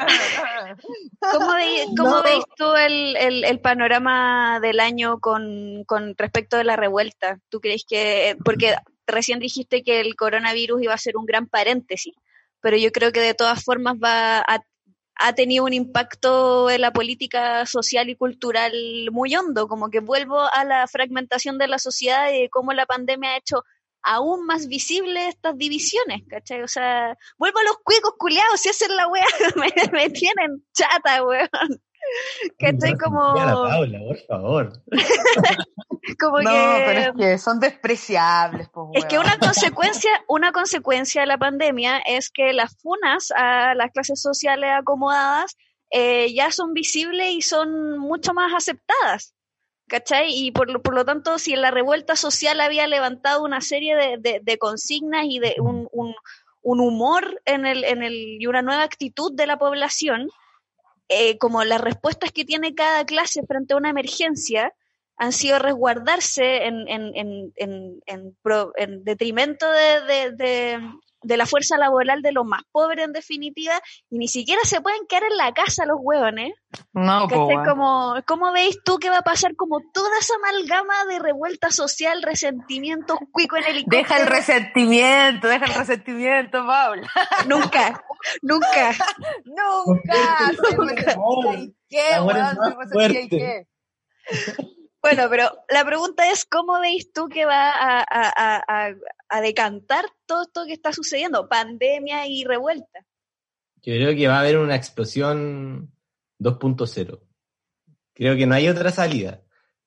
[SPEAKER 2] ¿Cómo, veis, cómo
[SPEAKER 4] No.
[SPEAKER 2] veis tú el, el, el panorama del año con, con respecto de la revuelta? ¿Tú crees que, porque recién dijiste que el coronavirus iba a ser un gran paréntesis, pero yo creo que de todas formas va a, ha tenido un impacto en la política social y cultural muy hondo, como que vuelvo a la fragmentación de la sociedad y de cómo la pandemia ha hecho aún más visibles estas divisiones, ¿cachai? O sea, vuelvo a los cuicos culiados, si hacen la wea, me, me tienen chata, weón. ¿Cachai? Como,
[SPEAKER 4] Ya la Paula, por favor.
[SPEAKER 2] como
[SPEAKER 3] No,
[SPEAKER 2] que...
[SPEAKER 3] pero es que son despreciables, pues,
[SPEAKER 2] Es que una consecuencia, una consecuencia de la pandemia es que las funas a las clases sociales acomodadas eh, ya son visibles y son mucho más aceptadas, ¿cachai? Y por lo, por lo tanto, si la revuelta social había levantado una serie de, de, de consignas y de un, un, un humor en el, en el, y una nueva actitud de la población, eh, como las respuestas que tiene cada clase frente a una emergencia han sido resguardarse en, en, en, en, en, pro, en detrimento de, de, de, de la fuerza laboral de los más pobres, en definitiva, y ni siquiera se pueden quedar en la casa los hueones.
[SPEAKER 3] No, pues, bueno.
[SPEAKER 2] Como, ¿cómo veis tú que va a pasar como toda esa amalgama de revuelta social, resentimientos, cuico en helicóptero?
[SPEAKER 3] Deja el resentimiento, deja el resentimiento, Paula.
[SPEAKER 2] Nunca, nunca.
[SPEAKER 3] Nunca. Soy resentida y qué,
[SPEAKER 4] Amor es
[SPEAKER 3] weón, soy
[SPEAKER 4] más
[SPEAKER 3] resentida y
[SPEAKER 4] fuerte.
[SPEAKER 3] qué.
[SPEAKER 2] Bueno, pero la pregunta es, ¿cómo veis tú que va a, a, a, a decantar todo esto que está sucediendo? Pandemia y revuelta.
[SPEAKER 4] Yo creo que va a haber una explosión dos punto cero. Creo que no hay otra salida.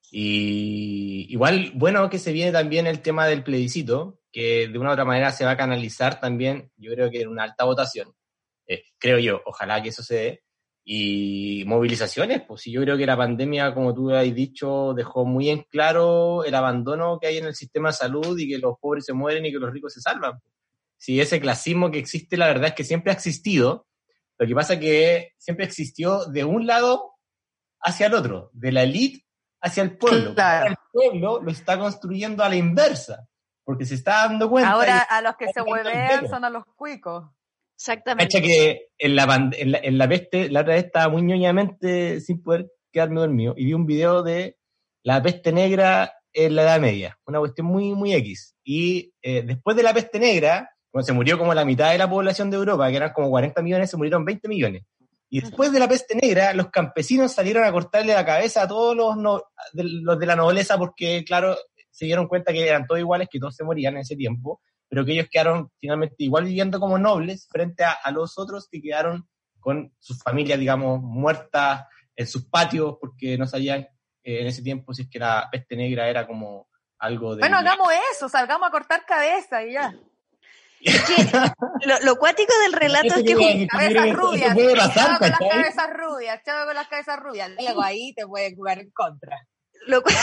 [SPEAKER 4] Y igual, bueno, que se viene también el tema del plebiscito, que de una u otra manera se va a canalizar también, yo creo que en una alta votación. Eh, creo yo, ojalá que eso se dé. Y movilizaciones, pues sí, yo creo que la pandemia, como tú has dicho, dejó muy en claro el abandono que hay en el sistema de salud y que los pobres se mueren y que los ricos se salvan. Si ese clasismo que existe, la verdad es que siempre ha existido. Lo que pasa es que siempre existió de un lado hacia el otro, de la élite hacia el pueblo.
[SPEAKER 3] Claro.
[SPEAKER 4] El pueblo lo está construyendo a la inversa, porque se está dando cuenta.
[SPEAKER 3] Ahora
[SPEAKER 4] y-
[SPEAKER 3] a los que se huevean son a los cuicos.
[SPEAKER 2] Exactamente.
[SPEAKER 4] Cacha que en la, pand- en, la, en la peste, la otra vez estaba muy ñoñamente sin poder quedarme dormido y vi un video de la peste negra en la Edad Media, una cuestión muy, muy X. Y eh, después de la peste negra, cuando se murió como la mitad de la población de Europa, que eran como cuarenta millones, se murieron veinte millones. Y después de la peste negra, los campesinos salieron a cortarle la cabeza a todos los, no, de, los de la nobleza porque, claro, se dieron cuenta que eran todos iguales, que todos se morían en ese tiempo, pero que ellos quedaron finalmente igual viviendo como nobles frente a, a los otros que quedaron con sus familias, digamos, muertas en sus patios porque no sabían eh, en ese tiempo si es que la peste negra era como algo de...
[SPEAKER 3] Bueno, hagamos eso, salgamos a cortar cabeza y ya.
[SPEAKER 2] Es que lo, lo cuático del relato es que jun-
[SPEAKER 3] Cabezas rubias.
[SPEAKER 4] Eso puede pasar,
[SPEAKER 3] Chava con las
[SPEAKER 4] ¿cachai?
[SPEAKER 3] cabezas rubias, chava con las cabezas rubias. Luego ahí te pueden jugar en contra.
[SPEAKER 2] lo, cu-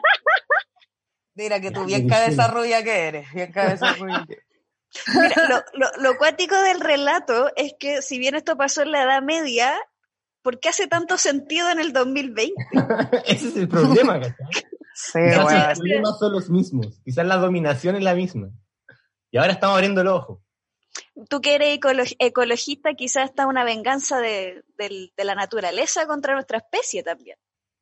[SPEAKER 3] Mira que tú
[SPEAKER 4] Ya,
[SPEAKER 3] bien
[SPEAKER 4] Cristina.
[SPEAKER 3] cabeza rubia que eres, bien cabeza rubia que eres.
[SPEAKER 2] mira, lo, lo, lo cuático del relato es que si bien esto pasó en la Edad Media, ¿por qué hace tanto sentido en el dos mil veinte?
[SPEAKER 4] Ese es el problema, ¿cachai?
[SPEAKER 3] Sí,
[SPEAKER 4] Quizás
[SPEAKER 3] bueno.
[SPEAKER 4] los problemas son los mismos, quizás la dominación es la misma. Y ahora estamos abriendo el ojo.
[SPEAKER 2] Tú que eres ecolo- ecologista, quizás está una venganza de, del- de la naturaleza contra nuestra especie también.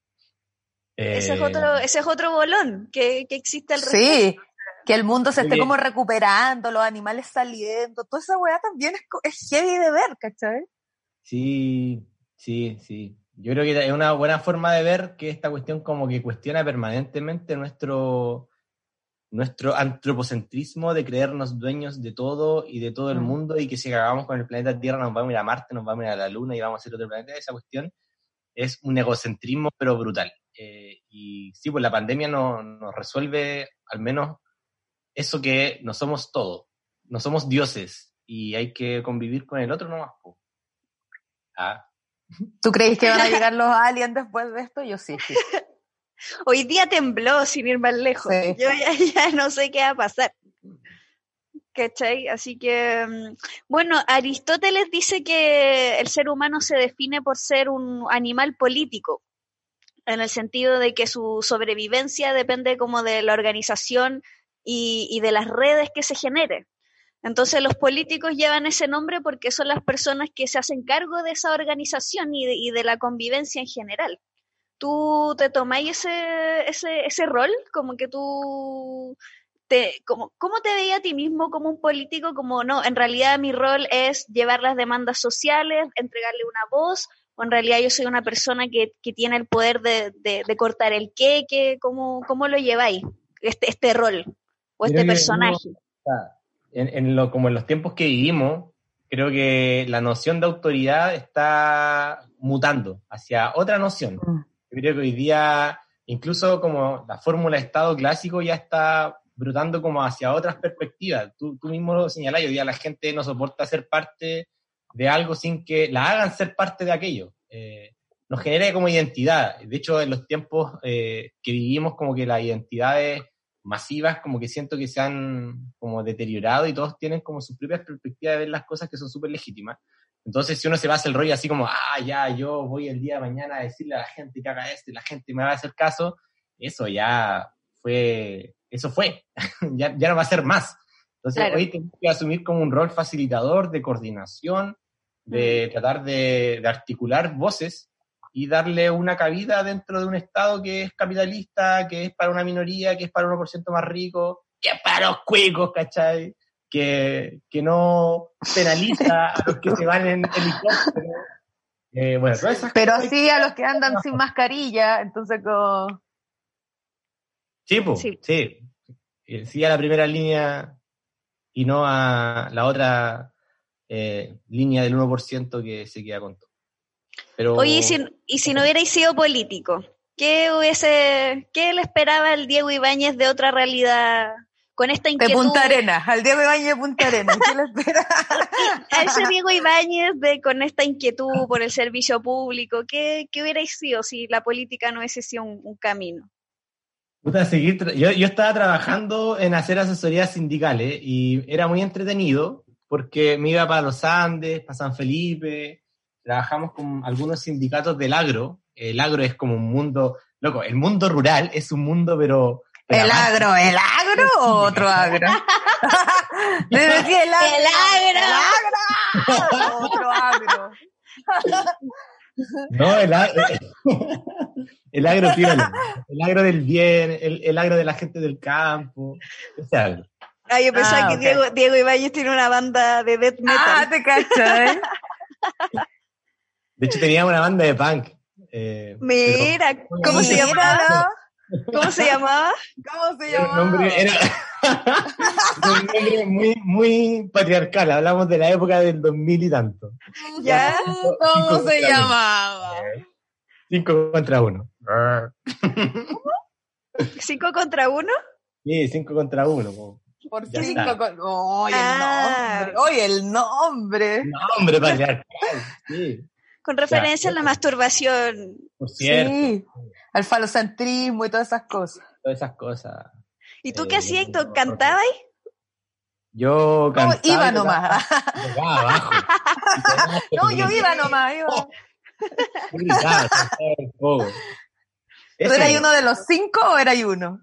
[SPEAKER 2] Ese es
[SPEAKER 4] Eh,
[SPEAKER 2] otro, ese es otro bolón que, que existe al respecto.
[SPEAKER 3] Sí, que el mundo se esté
[SPEAKER 4] Oye.
[SPEAKER 3] como recuperando, los animales saliendo, toda esa weá también es, co- es heavy de ver, ¿cachai?
[SPEAKER 4] Sí, sí, sí. Yo creo que es una buena forma de ver que esta cuestión como que cuestiona permanentemente nuestro nuestro antropocentrismo de creernos dueños de todo y de todo el mundo, y que si acabamos con el planeta Tierra nos vamos a ir a Marte, nos vamos a ir a la Luna y vamos a hacer otro planeta. Esa cuestión es un egocentrismo pero brutal. Eh, y sí, pues la pandemia no, nos resuelve al menos eso, que no somos todo, no somos dioses y hay que convivir con el otro nomás. Pues. Ah.
[SPEAKER 3] ¿Tú crees que van a llegar los aliens después de esto? Yo sí, sí.
[SPEAKER 2] Hoy día tembló, sin ir más lejos. Sí. Yo ya, ya no sé qué va a pasar. ¿Cachai? Así que, bueno, Aristóteles dice que el ser humano se define por ser un animal político, en el sentido de que su sobrevivencia depende como de la organización y, y de las redes que se genere. Entonces los políticos llevan ese nombre porque son las personas que se hacen cargo de esa organización y de, y de la convivencia en general. ¿Tú te tomáis ese, ese, ese rol? Como que tú, te, como, ¿cómo te veías a ti mismo como un político? Como no, en realidad mi rol es llevar las demandas sociales, entregarle una voz, o en realidad yo soy una persona que, que tiene el poder de, de, de cortar el queque. ¿Cómo, cómo lo lleváis, este, este rol o este personaje?
[SPEAKER 4] No, en, en lo, como en los tiempos que vivimos, creo que la noción de autoridad está mutando hacia otra noción. Mm. Yo creo que hoy día, incluso como la fórmula de Estado clásico ya está brotando como hacia otras perspectivas. Tú, tú mismo lo señalás, hoy día la gente no soporta ser parte de algo sin que la hagan ser parte de aquello. Eh, nos genera como identidad. De hecho, en los tiempos eh, que vivimos, como que las identidades masivas, como que siento que se han como deteriorado y todos tienen como sus propias perspectivas de ver las cosas que son súper legítimas. Entonces, si uno se va a hacer el rollo así como, ah, ya, yo voy el día de mañana a decirle a la gente que haga esto y la gente me va a hacer caso, eso ya fue, eso fue, ya, ya no va a ser más. Entonces, claro, hoy tenemos que asumir como un rol facilitador de coordinación, de mm. tratar de, de articular voces y darle una cabida dentro de un Estado que es capitalista, que es para una minoría, que es para uno por ciento más rico, que es para los cuicos, ¿cachai? Que, que no penaliza a los que se van en helicóptero. Eh, bueno, todas esas
[SPEAKER 3] Pero
[SPEAKER 4] cosas
[SPEAKER 3] sí a los que andan no. sin mascarilla, entonces como...
[SPEAKER 4] Sí, pues, sí. sí. Sí a la primera línea y no a la otra eh, línea del uno por ciento que se queda con todo. Pero...
[SPEAKER 2] Oye, ¿y si, y si no hubierais sido político? ¿Qué hubiese, qué le esperaba al Diego Ibáñez de otra realidad? Con esta inquietud.
[SPEAKER 3] De Punta Arenas, al Diego Ibáñez de Punta Arenas, ¿qué le espera?
[SPEAKER 2] A ese Diego Ibáñez de, con esta inquietud por el servicio público, ¿qué, qué hubierais sido si la política no hubiese sido un, un camino?
[SPEAKER 4] Puta, seguir tra- yo, yo estaba trabajando en hacer asesorías sindicales y era muy entretenido porque me iba para los Andes, para San Felipe, trabajamos con algunos sindicatos del agro. El agro es como un mundo, loco, el mundo rural es un mundo pero...
[SPEAKER 3] ¿El agro, el agro o otro agro? Le decía el agro.
[SPEAKER 2] El agro.
[SPEAKER 3] El agro. Otro agro.
[SPEAKER 4] No, el agro. El agro piola. El agro del bien, el, el agro de la gente del campo. Ese agro.
[SPEAKER 2] Ah, yo pensaba ah, que okay. Diego, Diego Ibáñez tiene una banda de death metal.
[SPEAKER 3] Ah, te cachas, ¿eh?
[SPEAKER 4] De hecho, tenía una banda de punk. Eh,
[SPEAKER 2] Mira, pero, ¿cómo se llamaba? ¿Cómo se llamaba?
[SPEAKER 3] ¿Cómo se llamaba?
[SPEAKER 4] El nombre era un nombre muy, muy patriarcal. Hablamos de la época del dos mil y tanto.
[SPEAKER 2] ¿Ya?
[SPEAKER 3] Cinco, ¿Cómo cinco se llamaba?
[SPEAKER 4] Uno. Cinco contra uno.
[SPEAKER 2] ¿Cinco contra uno?
[SPEAKER 4] Sí, cinco contra uno. Como.
[SPEAKER 3] ¿Por qué cinco contra uno? ¡Oye, ah. el nombre! ¡Oye, el nombre!
[SPEAKER 4] Nombre patriarcal, sí.
[SPEAKER 2] Con referencia ya, a la masturbación.
[SPEAKER 4] Por cierto. Sí,
[SPEAKER 3] al falocentrismo y todas esas cosas.
[SPEAKER 4] Todas esas cosas.
[SPEAKER 2] ¿Y tú eh, qué hacías? ¿Tú cantabas?
[SPEAKER 4] Yo cantaba.
[SPEAKER 3] No, iba nomás.
[SPEAKER 4] Tocaba abajo.
[SPEAKER 3] No, yo iba nomás. Iba.
[SPEAKER 4] Oh. Gritaba, un poco.
[SPEAKER 3] ¿Tú eras uno de los cinco o eras uno?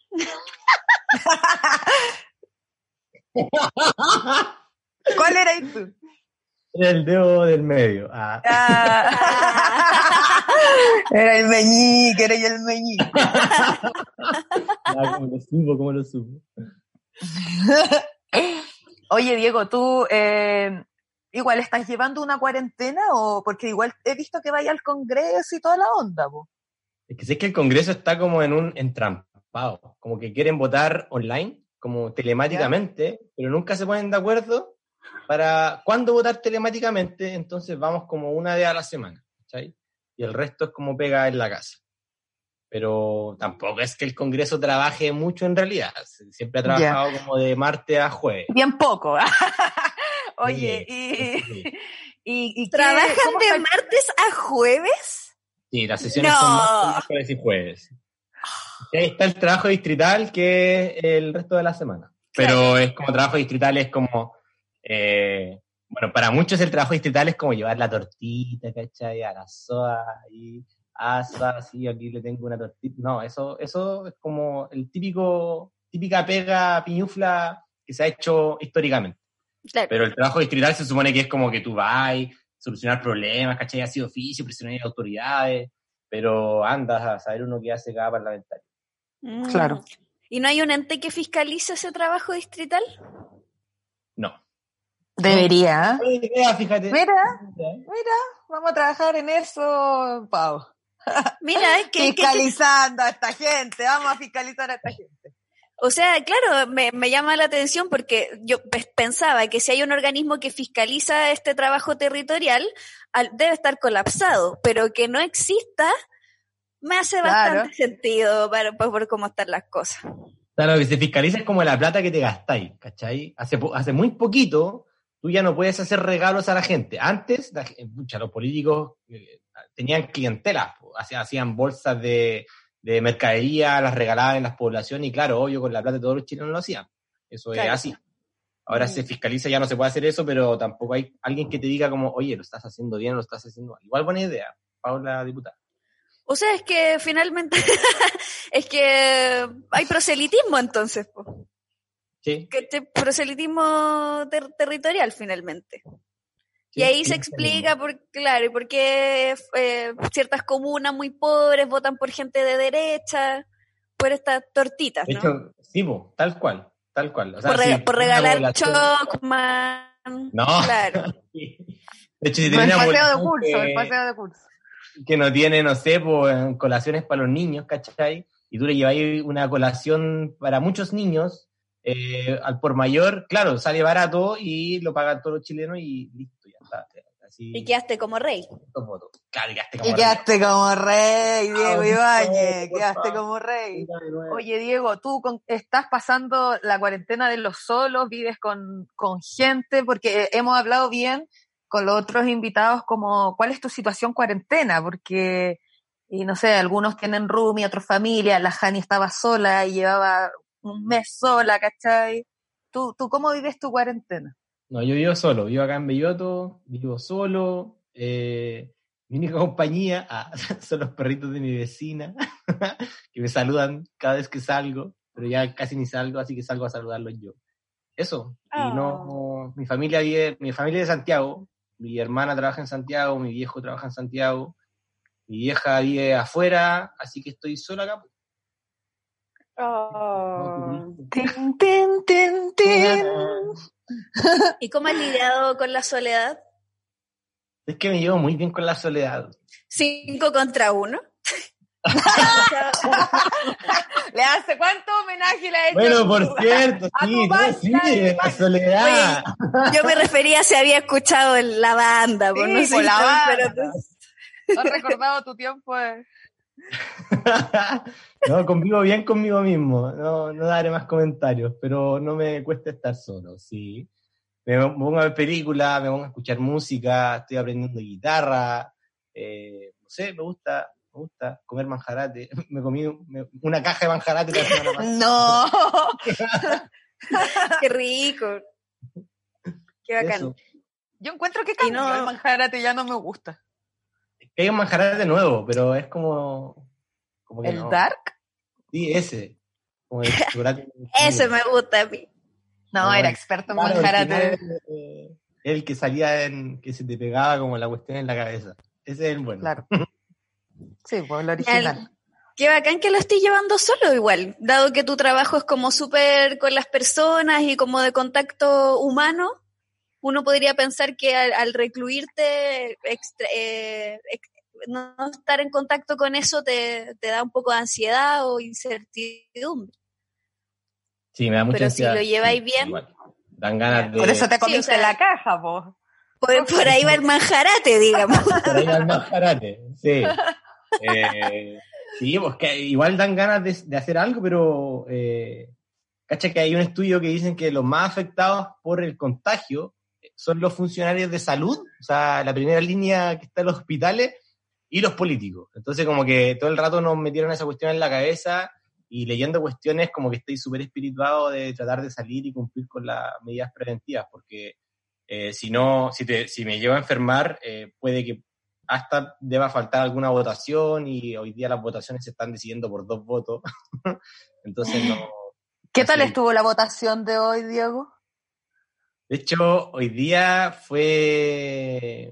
[SPEAKER 3] ¿Cuál eras tú?
[SPEAKER 4] Era el dedo del medio. Ah.
[SPEAKER 3] Ah. Era el meñique, era yo el meñique.
[SPEAKER 4] Ah, ¿cómo lo supo? ¿Cómo lo supo?
[SPEAKER 3] Oye, Diego, tú eh, igual estás llevando una cuarentena o porque igual he visto que vaya al Congreso y toda la onda, po.
[SPEAKER 4] Es que sé que el Congreso está como en un entrampado Pau, como que quieren votar online, como telemáticamente, ¿ya? Pero nunca se ponen de acuerdo para cuándo votar telemáticamente, entonces vamos como una vez a la semana, ¿cachai? Y el resto es como pega en la casa. Pero tampoco es que el Congreso trabaje mucho en realidad, siempre ha trabajado yeah. como de martes a jueves.
[SPEAKER 3] Bien poco. Oye, sí, y, sí, sí. y, y
[SPEAKER 2] ¿trabajan de
[SPEAKER 3] está?
[SPEAKER 2] martes a jueves?
[SPEAKER 4] Sí, las sesiones
[SPEAKER 2] no.
[SPEAKER 4] son martes, jueves y jueves. Y ahí está el trabajo distrital, que es el resto de la semana. Pero claro. Es como trabajo distrital, es como... Eh, bueno, para muchos el trabajo distrital es como llevar la tortita, ¿cachai? A la S O A y... asa, sí, aquí le tengo una tortita. No, eso, eso es como el típico, típica pega piñufla que se ha hecho históricamente. Claro. Pero el trabajo distrital se supone que es como que tú vas, solucionar problemas, ¿cachai? Ha sido oficio, presionar a autoridades, pero andas a saber uno qué hace cada parlamentario.
[SPEAKER 3] Mm. Claro.
[SPEAKER 2] ¿Y no hay un ente que fiscalice ese trabajo distrital?
[SPEAKER 4] No.
[SPEAKER 3] Debería.
[SPEAKER 4] No, idea, fíjate.
[SPEAKER 3] Mira, mira, vamos a trabajar en eso, Pau.
[SPEAKER 2] Mira, es que...
[SPEAKER 3] Fiscalizando que, que, a esta gente, vamos a fiscalizar a esta gente.
[SPEAKER 2] O sea, claro, me, me llama la atención porque yo pensaba que si hay un organismo que fiscaliza este trabajo territorial, al, debe estar colapsado, pero que no exista, me hace claro. bastante sentido para, para, por cómo están las cosas.
[SPEAKER 4] Claro, lo que se fiscaliza es como la plata que te gastáis, ¿cachai? Hace, hace muy poquito, tú ya no puedes hacer regalos a la gente. Antes, la, pucha, los políticos eh, tenían clientela, hacían bolsas de, de mercadería, las regalaban en las poblaciones y claro, obvio, con la plata de todos los chilenos lo hacían. Eso claro. es así. Ahora mm. se fiscaliza, ya no se puede hacer eso, pero tampoco hay alguien que te diga como, oye, lo estás haciendo bien, lo estás haciendo mal. Igual buena idea, Paula, diputada.
[SPEAKER 2] O sea, es que finalmente, es que hay proselitismo entonces, po.
[SPEAKER 4] Sí.
[SPEAKER 2] Que este proselitismo ter- territorial finalmente. Sí, y ahí sí, se explica, sí. por, claro, por qué eh, ciertas comunas muy pobres votan por gente de derecha, por estas tortitas,
[SPEAKER 4] ¿no? De hecho, sí, po, tal cual, tal cual. O sea,
[SPEAKER 2] por, re-
[SPEAKER 4] si
[SPEAKER 2] por regalar Chocman.
[SPEAKER 4] No.
[SPEAKER 2] Claro.
[SPEAKER 4] De hecho, si
[SPEAKER 3] el paseo de curso, que, el paseo de curso.
[SPEAKER 4] Que no tiene, no sé, pues, colaciones para los niños, ¿cachai? Y tú le llevas una colación para muchos niños, eh, al por mayor, claro, sale barato y lo pagan todos los chilenos y listo, ya está. Así,
[SPEAKER 2] y quedaste como rey.
[SPEAKER 4] Claro, y quedaste como
[SPEAKER 3] y
[SPEAKER 4] rey.
[SPEAKER 3] quedaste como rey, Diego ah, Ibáñez, no, quedaste como rey. Oye, Diego, tú con, estás pasando la cuarentena de los solos, vives con, con gente, porque hemos hablado bien con los otros invitados como, ¿cuál es tu situación cuarentena? Porque, y no sé, algunos tienen roomie, otros familia, la Jani estaba sola y llevaba un mes sola, ¿cachai? ¿Tú, tú cómo vives tu cuarentena?
[SPEAKER 4] No, yo vivo solo, vivo acá en Belloto, vivo solo, eh, mi única compañía ah, son los perritos de mi vecina, que me saludan cada vez que salgo, pero ya casi ni salgo, así que salgo a saludarlos yo. Eso, oh. Y no, mi familia vive, mi familia es de Santiago, mi hermana trabaja en Santiago, mi viejo trabaja en Santiago, mi vieja vive afuera, así que estoy solo acá.
[SPEAKER 2] Oh.
[SPEAKER 3] Tin, tin, tin, tin.
[SPEAKER 2] ¿Y cómo has lidiado con la soledad?
[SPEAKER 4] Es que me llevo muy bien con la soledad.
[SPEAKER 2] ¿Cinco contra uno?
[SPEAKER 3] ¿Le hace cuánto homenaje le ha hecho?
[SPEAKER 4] Bueno, por cierto, sí, no, sí, la soledad.
[SPEAKER 2] Oye, yo me refería si había escuchado la banda, sí, no sé
[SPEAKER 3] por la banda.
[SPEAKER 2] Pero tú...
[SPEAKER 3] ¿Has recordado tu tiempo? Eh?
[SPEAKER 4] No, convivo bien conmigo mismo, no, no daré más comentarios, pero no me cuesta estar solo, sí. Me pongo a ver películas, me pongo a escuchar música, estoy aprendiendo guitarra, eh, no sé, me gusta, me gusta comer manjarate. Me comí una caja de manjarate la semana
[SPEAKER 2] pasada. ¡No! ¡Qué rico! ¡Qué bacán! Eso.
[SPEAKER 3] Yo encuentro que cambió no... el manjarate ya no me gusta.
[SPEAKER 4] Hay un manjarate nuevo, pero es como... como que
[SPEAKER 3] ¿El
[SPEAKER 4] no.
[SPEAKER 3] dark?
[SPEAKER 4] Sí, ese. Como el chocolate.
[SPEAKER 2] Ese me gusta a mí.
[SPEAKER 3] No, no era experto en claro, manjarate.
[SPEAKER 4] El, eh, el que salía en... que se te pegaba como la cuestión en la cabeza. Ese es el bueno.
[SPEAKER 3] Claro. Sí, pues el original.
[SPEAKER 2] El, qué bacán que lo estés llevando solo igual, dado que tu trabajo es como súper con las personas y como de contacto humano. Uno podría pensar que al, al recluirte extra, eh, ex, no estar en contacto con eso te, te da un poco de ansiedad o incertidumbre.
[SPEAKER 4] Sí, me da mucha
[SPEAKER 2] Pero
[SPEAKER 4] ansiedad.
[SPEAKER 2] si lo lleváis
[SPEAKER 4] sí,
[SPEAKER 2] bien...
[SPEAKER 4] igual. Dan ganas de...
[SPEAKER 3] Por eso te comiste
[SPEAKER 2] Sí, o sea,
[SPEAKER 3] la caja, po.
[SPEAKER 2] Por, por ahí va el manjarate, digamos.
[SPEAKER 4] Por ahí va el manjarate, sí. Eh, sí, pues que igual dan ganas de, de hacer algo, pero... Eh, cacha que hay un estudio que dicen que los más afectados por el contagio son los funcionarios de salud, o sea, la primera línea que está en los hospitales, y los políticos. Entonces, como que todo el rato nos metieron esa cuestión en la cabeza y leyendo cuestiones como que estoy súper espirituado de tratar de salir y cumplir con las medidas preventivas, porque eh, si no, si, te, si me llevo a enfermar, eh, puede que hasta deba faltar alguna votación y hoy día las votaciones se están decidiendo por dos votos. Entonces, no...
[SPEAKER 3] ¿Qué
[SPEAKER 4] no
[SPEAKER 3] tal
[SPEAKER 4] sé.
[SPEAKER 3] estuvo la votación de hoy, Diego?
[SPEAKER 4] De hecho, hoy día fue...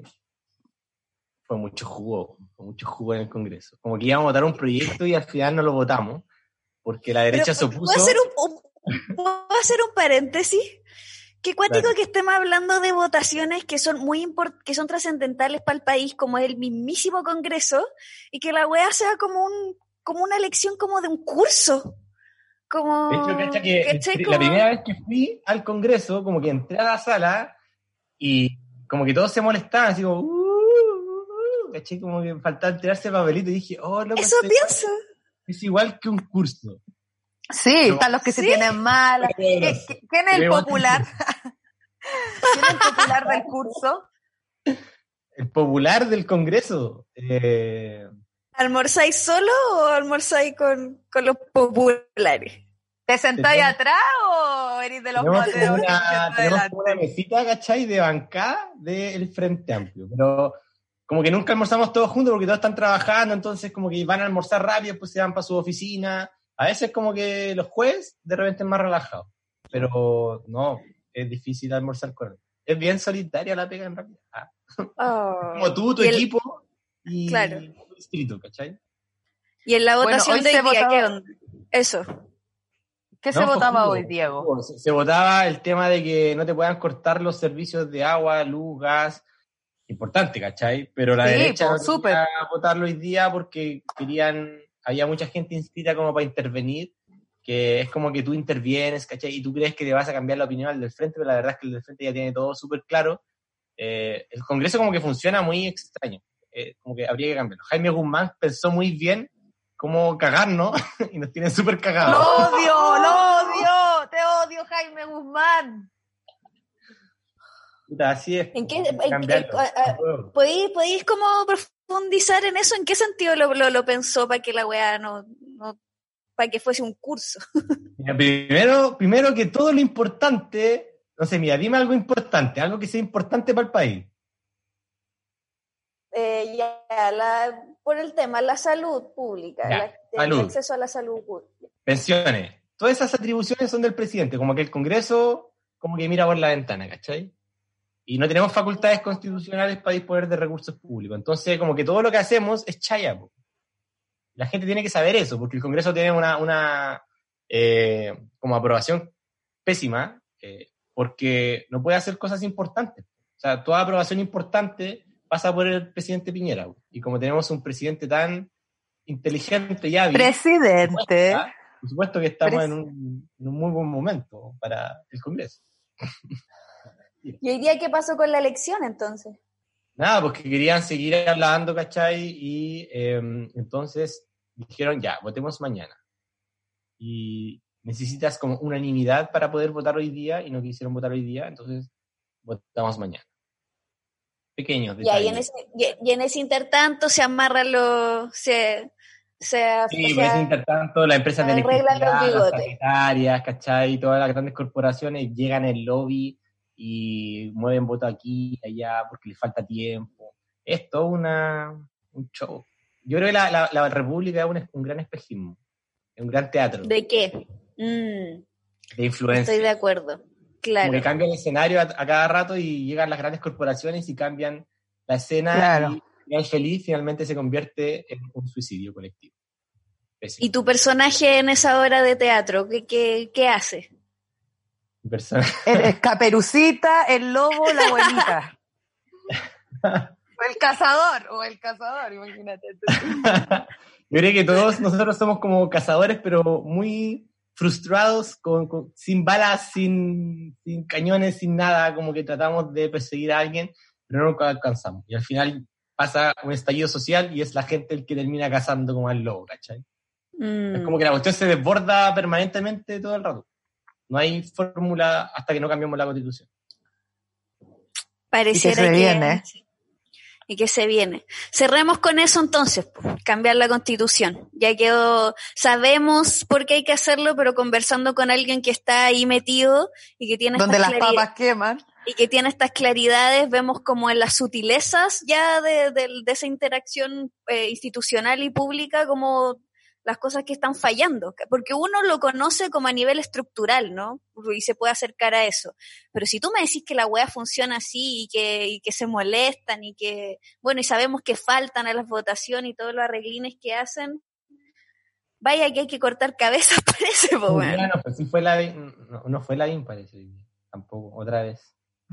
[SPEAKER 4] fue mucho jugo, fue mucho jugo en el Congreso. Como que íbamos a votar un proyecto y al final no lo votamos, porque la derecha
[SPEAKER 2] Pero,
[SPEAKER 4] se opuso.
[SPEAKER 2] ¿puedo hacer un, un, ¿puedo hacer un paréntesis? Qué cuático
[SPEAKER 4] Claro.
[SPEAKER 2] que estemos hablando de votaciones que son muy import- que son trascendentales para el país, como es el mismísimo Congreso, y que la weá sea como un como una elección como de un curso. Como,
[SPEAKER 4] De hecho, cacha que
[SPEAKER 2] ¿cachai?
[SPEAKER 4] la
[SPEAKER 2] Como-
[SPEAKER 4] primera vez que fui al Congreso, como que entré a la sala y como que todos se molestaban, así como, uh, uh, uh, caché, como que faltaba tirarse el papelito y dije, oh, loco,
[SPEAKER 2] Eso
[SPEAKER 4] esto
[SPEAKER 2] pienso.
[SPEAKER 4] es igual que un curso.
[SPEAKER 3] Sí,
[SPEAKER 4] Pero-
[SPEAKER 3] están los que se
[SPEAKER 2] ¿Sí?
[SPEAKER 3] tienen malas.
[SPEAKER 4] Pero-
[SPEAKER 3] ¿Qué- qué- ¿Quién es el
[SPEAKER 4] pero igual-
[SPEAKER 3] popular? ¿Quién es el popular del curso?
[SPEAKER 4] El popular del Congreso. Eh,
[SPEAKER 2] ¿Almorzáis solo o almorzáis con, con los populares?
[SPEAKER 3] ¿Te sentáis
[SPEAKER 4] Tenemos-
[SPEAKER 3] atrás o eres de los
[SPEAKER 4] tenemos
[SPEAKER 3] mateos
[SPEAKER 4] como
[SPEAKER 3] que se
[SPEAKER 4] una,
[SPEAKER 3] sientan
[SPEAKER 4] tenemos
[SPEAKER 3] adelante?
[SPEAKER 4] como una mesita, ¿cachai? De bancada del Frente Amplio. Pero como que nunca almorzamos todos juntos porque todos están trabajando, entonces como que van a almorzar rápido, pues se van para su oficina. A veces como que los jueves de repente es más relajado. Pero no, es difícil almorzar con él. Es bien solitaria la pega en realidad. Ah,
[SPEAKER 2] Oh.
[SPEAKER 4] como tú, tu
[SPEAKER 2] Y el-
[SPEAKER 4] equipo y
[SPEAKER 2] Claro.
[SPEAKER 4] tu distrito, ¿cachai?
[SPEAKER 2] Y en la
[SPEAKER 3] Bueno,
[SPEAKER 2] votación
[SPEAKER 3] hoy
[SPEAKER 2] de
[SPEAKER 3] se
[SPEAKER 2] hoy día,
[SPEAKER 3] votaba-
[SPEAKER 2] ¿qué onda? Eso.
[SPEAKER 3] ¿Qué
[SPEAKER 4] No,
[SPEAKER 3] se
[SPEAKER 4] fue
[SPEAKER 3] votaba
[SPEAKER 4] jugo,
[SPEAKER 3] hoy, Diego?
[SPEAKER 4] jugo. Se, se votaba el tema de que no te puedan cortar los servicios de agua, luz, gas. Importante, ¿cachai? Pero la
[SPEAKER 3] Sí,
[SPEAKER 4] derecha
[SPEAKER 3] po,
[SPEAKER 4] no
[SPEAKER 3] súper.
[SPEAKER 4] quería votarlo hoy día porque querían, había mucha gente inscrita como para intervenir, que es como que tú intervienes, ¿cachai? Y tú crees que te vas a cambiar la opinión al del frente, pero la verdad es que el del frente ya tiene todo súper claro. Eh, el Congreso como que funciona muy extraño, eh, como que habría que cambiarlo. Jaime Guzmán pensó muy bien cómo cagarnos y nos tienen súper
[SPEAKER 3] ¡Lo
[SPEAKER 4] cagados.
[SPEAKER 3] odio! ¡Lo odio! ¡Te odio, Jaime Guzmán!
[SPEAKER 4] Puta, así es.
[SPEAKER 2] ¿En qué-
[SPEAKER 4] hay que
[SPEAKER 2] en qué-
[SPEAKER 4] cambiarlo.
[SPEAKER 2] a- a- ¿Podéis, podéis como profundizar en eso? ¿En qué sentido lo, lo, lo pensó para que la weá no, no para que fuese un curso?
[SPEAKER 4] Mira, primero, primero que todo lo importante, no sé, mira, dime algo importante, algo que sea importante para el país.
[SPEAKER 2] Eh, ya, la, por el tema, la salud pública,
[SPEAKER 4] Ya,
[SPEAKER 2] la- el
[SPEAKER 4] salud.
[SPEAKER 2] acceso a la salud pública.
[SPEAKER 4] Pensiones. Todas esas atribuciones son del presidente, como que el Congreso, como que mira por la ventana, ¿cachai? Y no tenemos facultades constitucionales para disponer de recursos públicos. Entonces, como que todo lo que hacemos es chaya, po. La gente tiene que saber eso, porque el Congreso tiene una, una eh, como aprobación pésima, eh, porque no puede hacer cosas importantes. O sea, toda aprobación importante pasa por el presidente Piñera. Po. Y como tenemos un presidente tan inteligente y hábil,
[SPEAKER 3] Presidente.
[SPEAKER 4] ¿ah? Por supuesto que estamos
[SPEAKER 3] Pres-
[SPEAKER 4] en un, en un muy buen momento para el Congreso.
[SPEAKER 2] ¿Y hoy día qué pasó con la elección entonces?
[SPEAKER 4] Nada, pues que querían seguir hablando, ¿cachai? Y eh, entonces dijeron, ya, votemos mañana. Y necesitas como unanimidad para poder votar hoy día, y no quisieron votar hoy día, entonces votamos mañana. Pequeños
[SPEAKER 2] Y ahí en
[SPEAKER 4] detalles.
[SPEAKER 2] ese, y, y en ese intertanto se amarran los... Se, se,
[SPEAKER 4] Sí,
[SPEAKER 2] o
[SPEAKER 4] por
[SPEAKER 2] sea,
[SPEAKER 4] eso, intertanto, las empresas de
[SPEAKER 2] arreglan los
[SPEAKER 4] electricidad, las
[SPEAKER 2] bigotes.
[SPEAKER 4] sanitarias, ¿cachai? Todas las grandes corporaciones llegan al lobby y mueven voto aquí y allá porque les falta tiempo. Es todo una, un show. Yo creo que la, la, la República es un, un gran espejismo, es un gran teatro de,
[SPEAKER 2] ¿De qué? Mm,
[SPEAKER 4] influencia.
[SPEAKER 2] estoy de acuerdo.
[SPEAKER 4] Como
[SPEAKER 2] Claro.
[SPEAKER 4] que cambia el escenario a, a cada rato y llegan las grandes corporaciones y cambian la escena
[SPEAKER 3] Claro.
[SPEAKER 4] y el feliz finalmente se convierte en un suicidio colectivo. Pésimo.
[SPEAKER 2] ¿Y tu personaje en esa obra de teatro, qué, qué, qué hace?
[SPEAKER 4] Mi persona-
[SPEAKER 3] Eres Caperucita, el lobo, la abuelita. O el cazador, o el cazador, imagínate.
[SPEAKER 4] Yo creo que todos nosotros somos como cazadores, pero muy frustrados, con, con, sin balas, sin, sin cañones, sin nada, como que tratamos de perseguir a alguien, pero nunca alcanzamos. Y al final pasa un estallido social y es la gente el que termina cazando como al lobo, ¿cachai? Mm. Es como que la cuestión se desborda permanentemente todo el rato. No hay fórmula hasta que no cambiemos la Constitución.
[SPEAKER 2] Pareciera
[SPEAKER 3] y que se
[SPEAKER 2] que...
[SPEAKER 3] viene.
[SPEAKER 2] Y que se viene. Cerremos con eso entonces, cambiar la Constitución. Ya quedó, sabemos por qué hay que hacerlo, pero conversando con alguien que está ahí metido y que tiene
[SPEAKER 3] donde
[SPEAKER 2] estas
[SPEAKER 3] las papas queman.
[SPEAKER 2] Y que tiene estas claridades, vemos como en las sutilezas ya de, de, de esa interacción eh, institucional y pública, como las cosas que están fallando, porque uno lo conoce como a nivel estructural, ¿no? Y se puede acercar a eso. Pero si tú me decís que la wea funciona así y que, y que se molestan y que, bueno, y sabemos que faltan a las votaciones y todos los arreglines que hacen, vaya que hay que cortar cabezas, parece, po,
[SPEAKER 4] bueno. No, pues sí fue la, no, no fue la B I M, parece, tampoco, otra vez.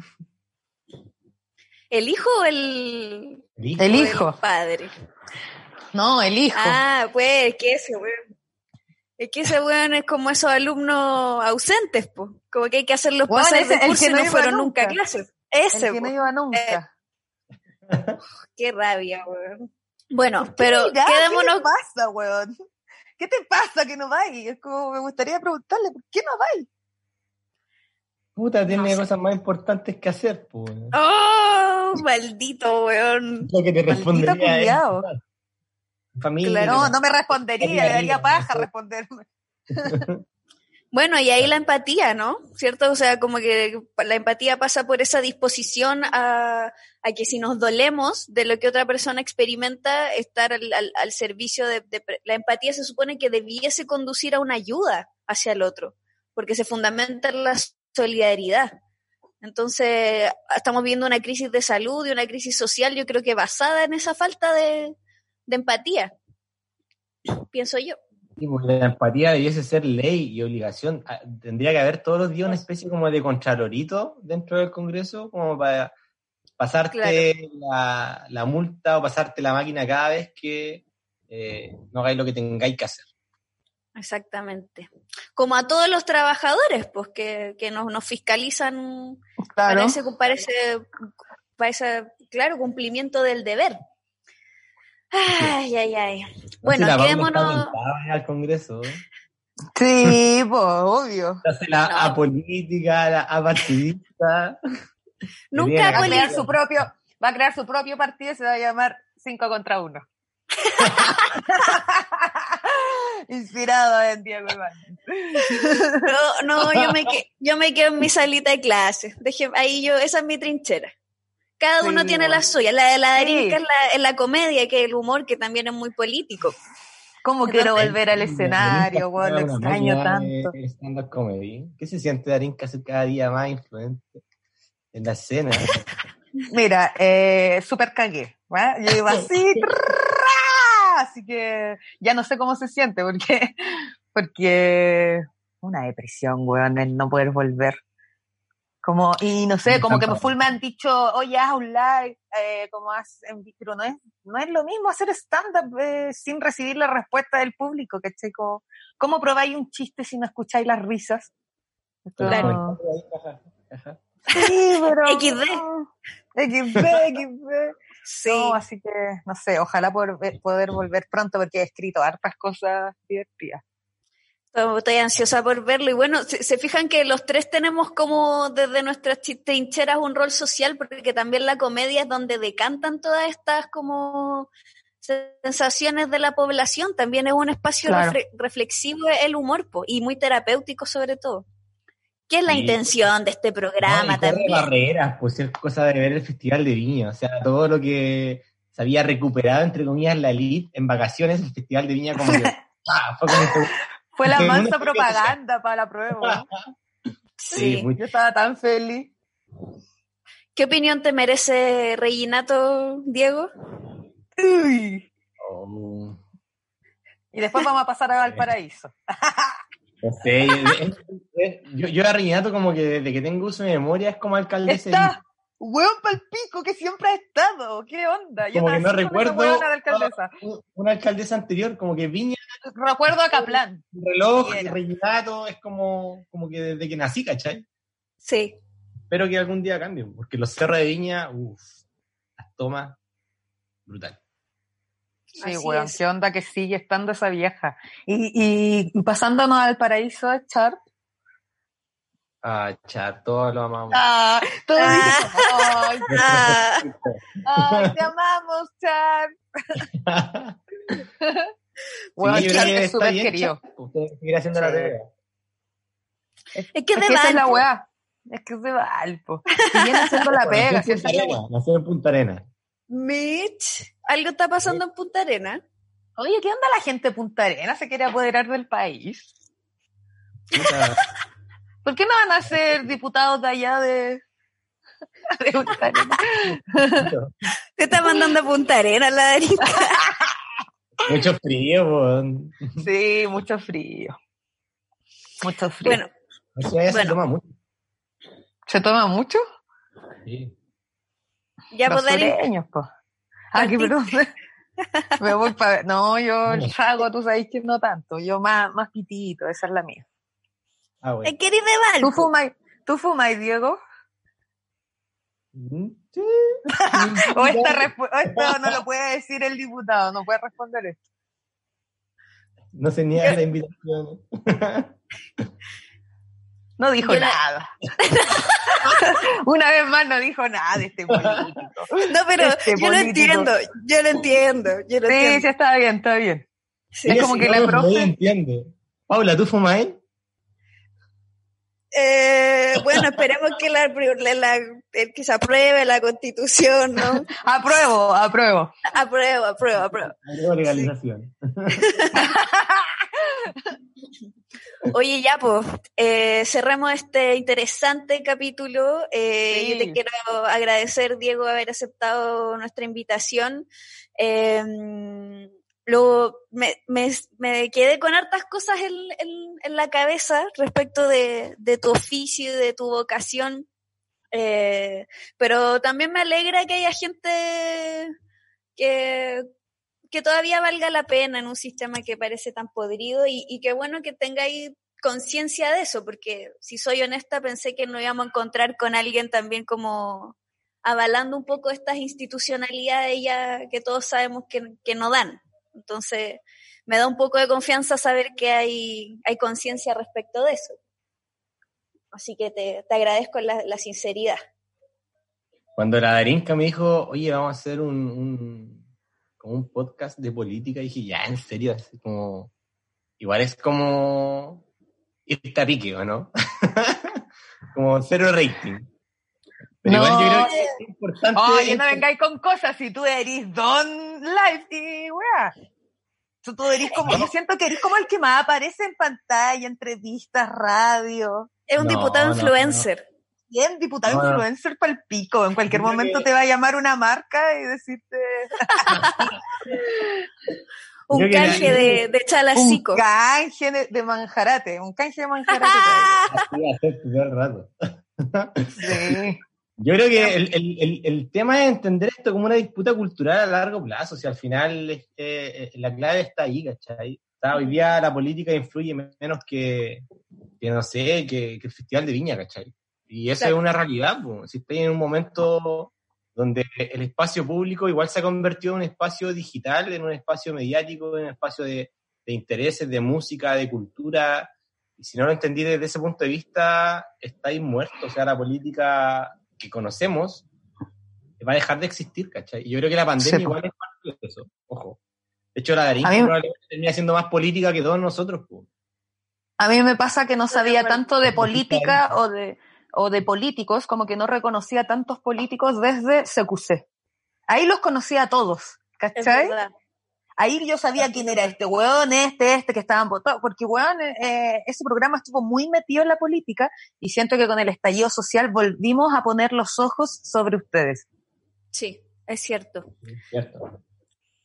[SPEAKER 2] ¿El hijo o el...
[SPEAKER 3] El hijo. El hijo.
[SPEAKER 2] El padre.
[SPEAKER 3] No, el hijo.
[SPEAKER 2] Ah, pues, es que ese weón. Es que ese weón es como esos alumnos ausentes, pues. Como que hay que hacerlos bueno, pasar de curso y no, no fueron nunca a clases. Ese,
[SPEAKER 3] el que po. No iba nunca.
[SPEAKER 2] Eh, qué rabia, weón. Bueno, pero qué quedémonos...
[SPEAKER 3] ¿Qué te pasa, weón? ¿Qué te pasa que no vais? Es como, me gustaría preguntarle, ¿por qué no vais?
[SPEAKER 4] Puta, tiene no sé. Cosas más importantes que hacer, pues.
[SPEAKER 2] ¡Oh, maldito, weón!
[SPEAKER 4] Lo que te respondería
[SPEAKER 3] familia. No, no me respondería, le daría paja responderme.
[SPEAKER 2] Bueno, y ahí la empatía, ¿no? ¿Cierto? O sea, como que la empatía pasa por esa disposición a, a que si nos dolemos de lo que otra persona experimenta, estar al, al, al servicio de, de... La empatía se supone que debiese conducir a una ayuda hacia el otro, porque se fundamenta en la solidaridad. Entonces, estamos viendo una crisis de salud y una crisis social, yo creo que basada en esa falta de... de empatía, pienso yo.
[SPEAKER 4] Sí, pues la empatía debiese ser ley y obligación. Tendría que haber todos los días una especie como de contralorito dentro del Congreso, como para pasarte claro. la, la multa o pasarte la máquina cada vez que eh, no hagáis lo que tengáis que hacer.
[SPEAKER 2] Exactamente. Como a todos los trabajadores, pues, que, que nos, nos fiscalizan
[SPEAKER 3] claro.
[SPEAKER 2] para ese, para ese, para ese, claro, cumplimiento del deber. Ay, ay, ay. Bueno,
[SPEAKER 4] no, si
[SPEAKER 2] quedémonos...
[SPEAKER 4] al Congreso.
[SPEAKER 3] Sí, pues, obvio.
[SPEAKER 4] Hace la no. apolítica, la apartidista.
[SPEAKER 2] Nunca
[SPEAKER 3] va a crear su propio, va a crear su propio partido y se va a llamar cinco contra uno. Inspirado en Diego Ibáñez.
[SPEAKER 2] No, no, yo me, que, yo me quedo en mi salita de clase. Deje, ahí yo, esa es mi trinchera. Cada uno sí, tiene bueno. la suya. La de la Darinka sí. es, la, es la comedia, que es el humor, que también es muy político.
[SPEAKER 3] ¿Cómo Entonces, quiero volver al escenario? Wow, lo extraño tanto.
[SPEAKER 4] Stand-up comedy. ¿Qué se siente Darinka ser cada día más influente en la escena?
[SPEAKER 3] Mira, eh, súper cagué. ¿eh? Yo iba así, así que ya no sé cómo se siente, porque, porque una depresión, weón, el no poder volver. Como, y no sé, como que me full me han dicho, oye, haz un live, eh, como haz, pero no es, no es lo mismo hacer stand-up eh, sin recibir la respuesta del público, ¿cachai? Como, ¿cómo probáis un chiste si no escucháis las risas?
[SPEAKER 2] Claro.
[SPEAKER 3] Sí, pero...
[SPEAKER 2] equis de.
[SPEAKER 3] equis de, equis de.
[SPEAKER 2] Sí.
[SPEAKER 3] No, así que, no sé, ojalá poder, poder volver pronto porque he escrito hartas cosas divertidas.
[SPEAKER 2] Estoy ansiosa por verlo. Y bueno, se, se fijan que los tres tenemos como desde nuestras trincheras un rol social, porque también la comedia es donde decantan todas estas como sensaciones de la población. También es un espacio claro. refle- reflexivo el humor, po, y muy terapéutico sobre todo. ¿Qué es la sí. intención de este programa no, también?
[SPEAKER 4] De barreras, pues es cosa de ver el Festival de Viña. O sea, todo lo que se había recuperado, entre comillas, la elite en vacaciones, el Festival de Viña como que... ah, fue como esto.
[SPEAKER 3] Fue la mansa propaganda para la prueba.
[SPEAKER 2] Sí,
[SPEAKER 3] sí, yo estaba tan feliz.
[SPEAKER 2] ¿Qué opinión te merece Reginato, Diego?
[SPEAKER 3] Uy.
[SPEAKER 4] Oh.
[SPEAKER 3] Y después vamos a pasar a Valparaíso.
[SPEAKER 4] No sé, yo, yo a Reginato como que desde que tengo uso de memoria es como alcaldesa.
[SPEAKER 3] Está, Weón palpico que siempre ha estado. ¿Qué onda? Yo
[SPEAKER 4] Como que no recuerdo
[SPEAKER 3] una de alcaldesa.
[SPEAKER 4] Una alcaldesa anterior, como que Viña.
[SPEAKER 3] Recuerdo a Kaplan.
[SPEAKER 4] El reloj, el rellenato, es como, como que desde que nací, ¿cachai?
[SPEAKER 2] Sí.
[SPEAKER 4] Espero que algún día cambien, porque los cerros de Viña, uff, las tomas, brutal.
[SPEAKER 3] Sí,
[SPEAKER 2] Así
[SPEAKER 3] weón,
[SPEAKER 2] es.
[SPEAKER 3] qué onda que sigue estando esa vieja. Y, y, y pasándonos al paraíso de Char.
[SPEAKER 4] Ah, chat, todos lo amamos.
[SPEAKER 3] Ah, todos
[SPEAKER 2] Ah.
[SPEAKER 3] dicen, ay,
[SPEAKER 2] Ah,
[SPEAKER 3] ay, te amamos, Char. Bueno,
[SPEAKER 4] Sí, yo
[SPEAKER 3] Char
[SPEAKER 4] creo que
[SPEAKER 3] es
[SPEAKER 4] está
[SPEAKER 3] súper
[SPEAKER 4] bien,
[SPEAKER 3] querido.
[SPEAKER 4] Chat. Usted sigue haciendo la
[SPEAKER 3] Sí.
[SPEAKER 4] pega.
[SPEAKER 3] Es,
[SPEAKER 2] Es que
[SPEAKER 3] es
[SPEAKER 2] de
[SPEAKER 3] que esa es la
[SPEAKER 2] Valpo.
[SPEAKER 3] weá. Es que es de Valpo. Si viene haciendo la
[SPEAKER 4] Nació
[SPEAKER 3] pega,
[SPEAKER 4] en
[SPEAKER 3] si esa
[SPEAKER 4] Punta
[SPEAKER 3] es la
[SPEAKER 4] Arena,
[SPEAKER 3] weá.
[SPEAKER 4] nació en Punta Arena.
[SPEAKER 2] Mitch, algo está pasando en Punta Arena.
[SPEAKER 3] Oye, ¿qué onda la gente de Punta Arena? ¿Se quiere apoderar del país?
[SPEAKER 4] Puta,
[SPEAKER 3] ¿Por qué no van a ser diputados de allá de, de Punta Arena?
[SPEAKER 2] Te está mandando a Punta Arena la Darinka.
[SPEAKER 4] mucho frío, weón.
[SPEAKER 3] Sí, mucho frío. Mucho frío.
[SPEAKER 2] Bueno,
[SPEAKER 4] O sea, ya se
[SPEAKER 2] Bueno.
[SPEAKER 4] toma mucho.
[SPEAKER 3] ¿Se toma mucho?
[SPEAKER 4] Sí.
[SPEAKER 2] ya
[SPEAKER 3] Los
[SPEAKER 2] pues Darinka.
[SPEAKER 3] sureños, po. Ah, que perdón. Me voy para... No, yo el
[SPEAKER 4] Bueno.
[SPEAKER 3] trago, tú sabes que no tanto. Yo más, más pitito, esa es la mía.
[SPEAKER 4] Ah, bueno.
[SPEAKER 2] Es que eres de
[SPEAKER 3] ¿Tú
[SPEAKER 2] Valpo.
[SPEAKER 3] fumas, ¿tú fumas, Diego?
[SPEAKER 4] Mm, Sí.
[SPEAKER 3] O, esta respu- o esto no lo puede decir el diputado, no puede responder esto.
[SPEAKER 4] No se niega la invitación.
[SPEAKER 3] No dijo
[SPEAKER 2] Yo la-
[SPEAKER 3] nada. Una vez más no dijo nada de este político.
[SPEAKER 2] No, pero
[SPEAKER 3] Este
[SPEAKER 2] yo lo
[SPEAKER 3] político.
[SPEAKER 2] entiendo, yo lo entiendo, yo lo
[SPEAKER 3] Sí, sí,
[SPEAKER 2] entiendo.
[SPEAKER 3] está bien, está bien.
[SPEAKER 2] Sí.
[SPEAKER 3] Es como que la
[SPEAKER 4] no,
[SPEAKER 3] profe-
[SPEAKER 4] no entiendo. Paula, ¿tú fumas ahí?
[SPEAKER 2] Eh, bueno, esperemos que, la, la, la- el que se apruebe la constitución, ¿no?
[SPEAKER 3] Apruebo, apruebo.
[SPEAKER 2] Apruebo, apruebo, apruebo.
[SPEAKER 4] Agrego legalización.
[SPEAKER 2] Oye, ya, pues, eh, cerremos este interesante capítulo. Eh,
[SPEAKER 3] Sí.
[SPEAKER 2] Yo te quiero agradecer, Diego, haber aceptado nuestra invitación. Eh, lo, me, me, me quedé con hartas cosas en, en, en la cabeza respecto de, de tu oficio y de tu vocación. Eh, pero también me alegra que haya gente que, que todavía valga la pena en un sistema que parece tan podrido y, y qué bueno que tengáis conciencia de eso, porque si soy honesta pensé que nos íbamos a encontrar con alguien también como avalando un poco estas institucionalidades ya que todos sabemos que, que no dan. Entonces me da un poco de confianza saber que hay, hay conciencia respecto de eso. Así que te, te agradezco la, la sinceridad.
[SPEAKER 4] Cuando la Darinka me dijo, oye, vamos a hacer un, un, como un podcast de política, dije, ya, en serio, así como, igual es como irte a pique, ¿o no? Como cero rating. Pero
[SPEAKER 3] No.
[SPEAKER 4] igual yo creo que es importante.
[SPEAKER 3] Oye, no vengáis con cosas si tú eres Don Live y weá. Tú, tú eres como, yo siento que eres como el que más aparece en pantalla, entrevistas, radio.
[SPEAKER 2] Es un
[SPEAKER 4] No,
[SPEAKER 2] diputado
[SPEAKER 4] no,
[SPEAKER 2] influencer.
[SPEAKER 3] Bien, diputado
[SPEAKER 4] No, no.
[SPEAKER 3] influencer para el pico. En cualquier
[SPEAKER 4] Yo creo
[SPEAKER 3] momento
[SPEAKER 4] que-
[SPEAKER 3] te va a llamar una marca y decirte
[SPEAKER 2] Un
[SPEAKER 4] Creo que
[SPEAKER 2] canje
[SPEAKER 4] la-
[SPEAKER 2] de, de
[SPEAKER 3] un
[SPEAKER 2] chalacico.
[SPEAKER 3] canje de, de manjarate. Un canje de manjarate. te
[SPEAKER 4] Así va a ser todo el rato.
[SPEAKER 3] va a llegar. Sí.
[SPEAKER 4] Yo creo que el, el, el, el tema es entender esto como una disputa cultural a largo plazo. O sea, al final eh, eh, la clave está ahí, ¿cachai? O sea, hoy día la política influye menos que, que no sé, que, que el Festival de Viña, ¿cachai? Y eso
[SPEAKER 2] Claro.
[SPEAKER 4] es una realidad, pues. Si estáis en un momento donde el espacio público igual se ha convertido en un espacio digital, en un espacio mediático, en un espacio de, de intereses, de música, de cultura. Y si no lo entendí desde ese punto de vista, estáis muertos. O sea, la política que conocemos va a dejar de existir, ¿cachai? Y yo creo que la pandemia
[SPEAKER 3] Sí, po.
[SPEAKER 4] igual es parte de eso, ojo. De hecho, la Darinka
[SPEAKER 3] A mí-
[SPEAKER 4] probablemente termina siendo más política que todos nosotros, pues.
[SPEAKER 3] A mí me pasa que no
[SPEAKER 2] Estoy de
[SPEAKER 3] sabía
[SPEAKER 2] acuerdo.
[SPEAKER 3] tanto de política o de, o de políticos, como que no reconocía tantos políticos desde C Q C. Ahí los conocía a todos,
[SPEAKER 2] Es
[SPEAKER 3] ¿cachai?
[SPEAKER 2] verdad.
[SPEAKER 3] Ahí yo sabía quién era este weón, este, este, que estaban votados, porque weón, eh, ese programa estuvo muy metido en la política y siento que con el estallido social volvimos a poner los ojos sobre ustedes.
[SPEAKER 2] Sí, es cierto.
[SPEAKER 4] ¿Cierto?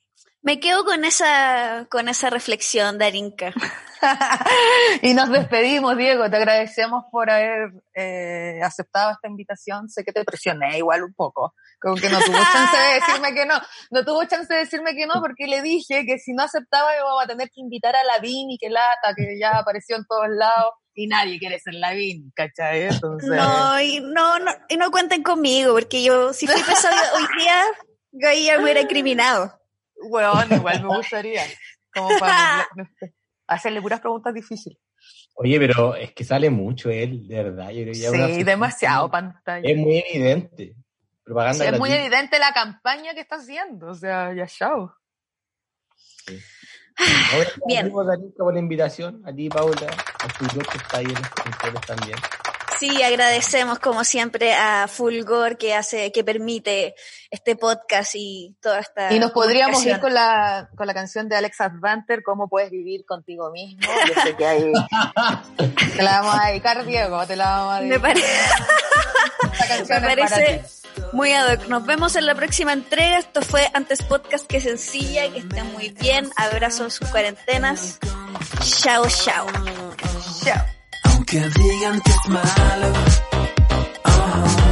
[SPEAKER 2] Me quedo con esa, con esa reflexión, Darinka.
[SPEAKER 3] Y nos despedimos, Diego. Te agradecemos por haber eh, aceptado esta invitación. Sé que te presioné igual un poco. Como que no tuvo chance de decirme que no. No tuvo chance de decirme que no porque le dije que si no aceptaba iba a tener que invitar a Lavín y que lata, que ya apareció en todos lados. Y nadie quiere ser Lavín, ¿cachai? Entonces...
[SPEAKER 2] No, y no, no, y no cuenten conmigo, porque yo, si fui pesado hoy día, yo ahí ya me hubiera incriminado.
[SPEAKER 3] Weón, igual me gustaría. Como para hacerle puras preguntas difíciles.
[SPEAKER 4] Oye, pero es que sale mucho él, de verdad. Yo creo que ya
[SPEAKER 3] sí,
[SPEAKER 4] una
[SPEAKER 3] demasiado pantalla.
[SPEAKER 4] Es muy evidente. Propaganda
[SPEAKER 3] sí, es muy
[SPEAKER 4] gratuita.
[SPEAKER 3] evidente la campaña que está haciendo. O sea, ya chao.
[SPEAKER 4] Sí.
[SPEAKER 2] Bien.
[SPEAKER 4] Gracias por la invitación, a ti, Paula, a Fulgor que está ahí en los controles también.
[SPEAKER 2] Sí, agradecemos como siempre a Fulgor que hace, que permite este podcast y toda esta.
[SPEAKER 3] Y nos podríamos ir con la con la canción de Alex Advanter, ¿Cómo puedes vivir contigo mismo? Yo sé que hay. Te la vamos a dedicar, Diego, te la vamos a dedicar.
[SPEAKER 2] Me, pare...
[SPEAKER 3] canción
[SPEAKER 2] Me parece muy ad hoc. Nos vemos en la próxima entrega. Esto fue Antes Podcast, que sencilla, que estén muy bien. Abrazos en sus cuarentenas. Chao, chao.
[SPEAKER 3] Chao.
[SPEAKER 5] Aunque digan que es malo, uh-huh.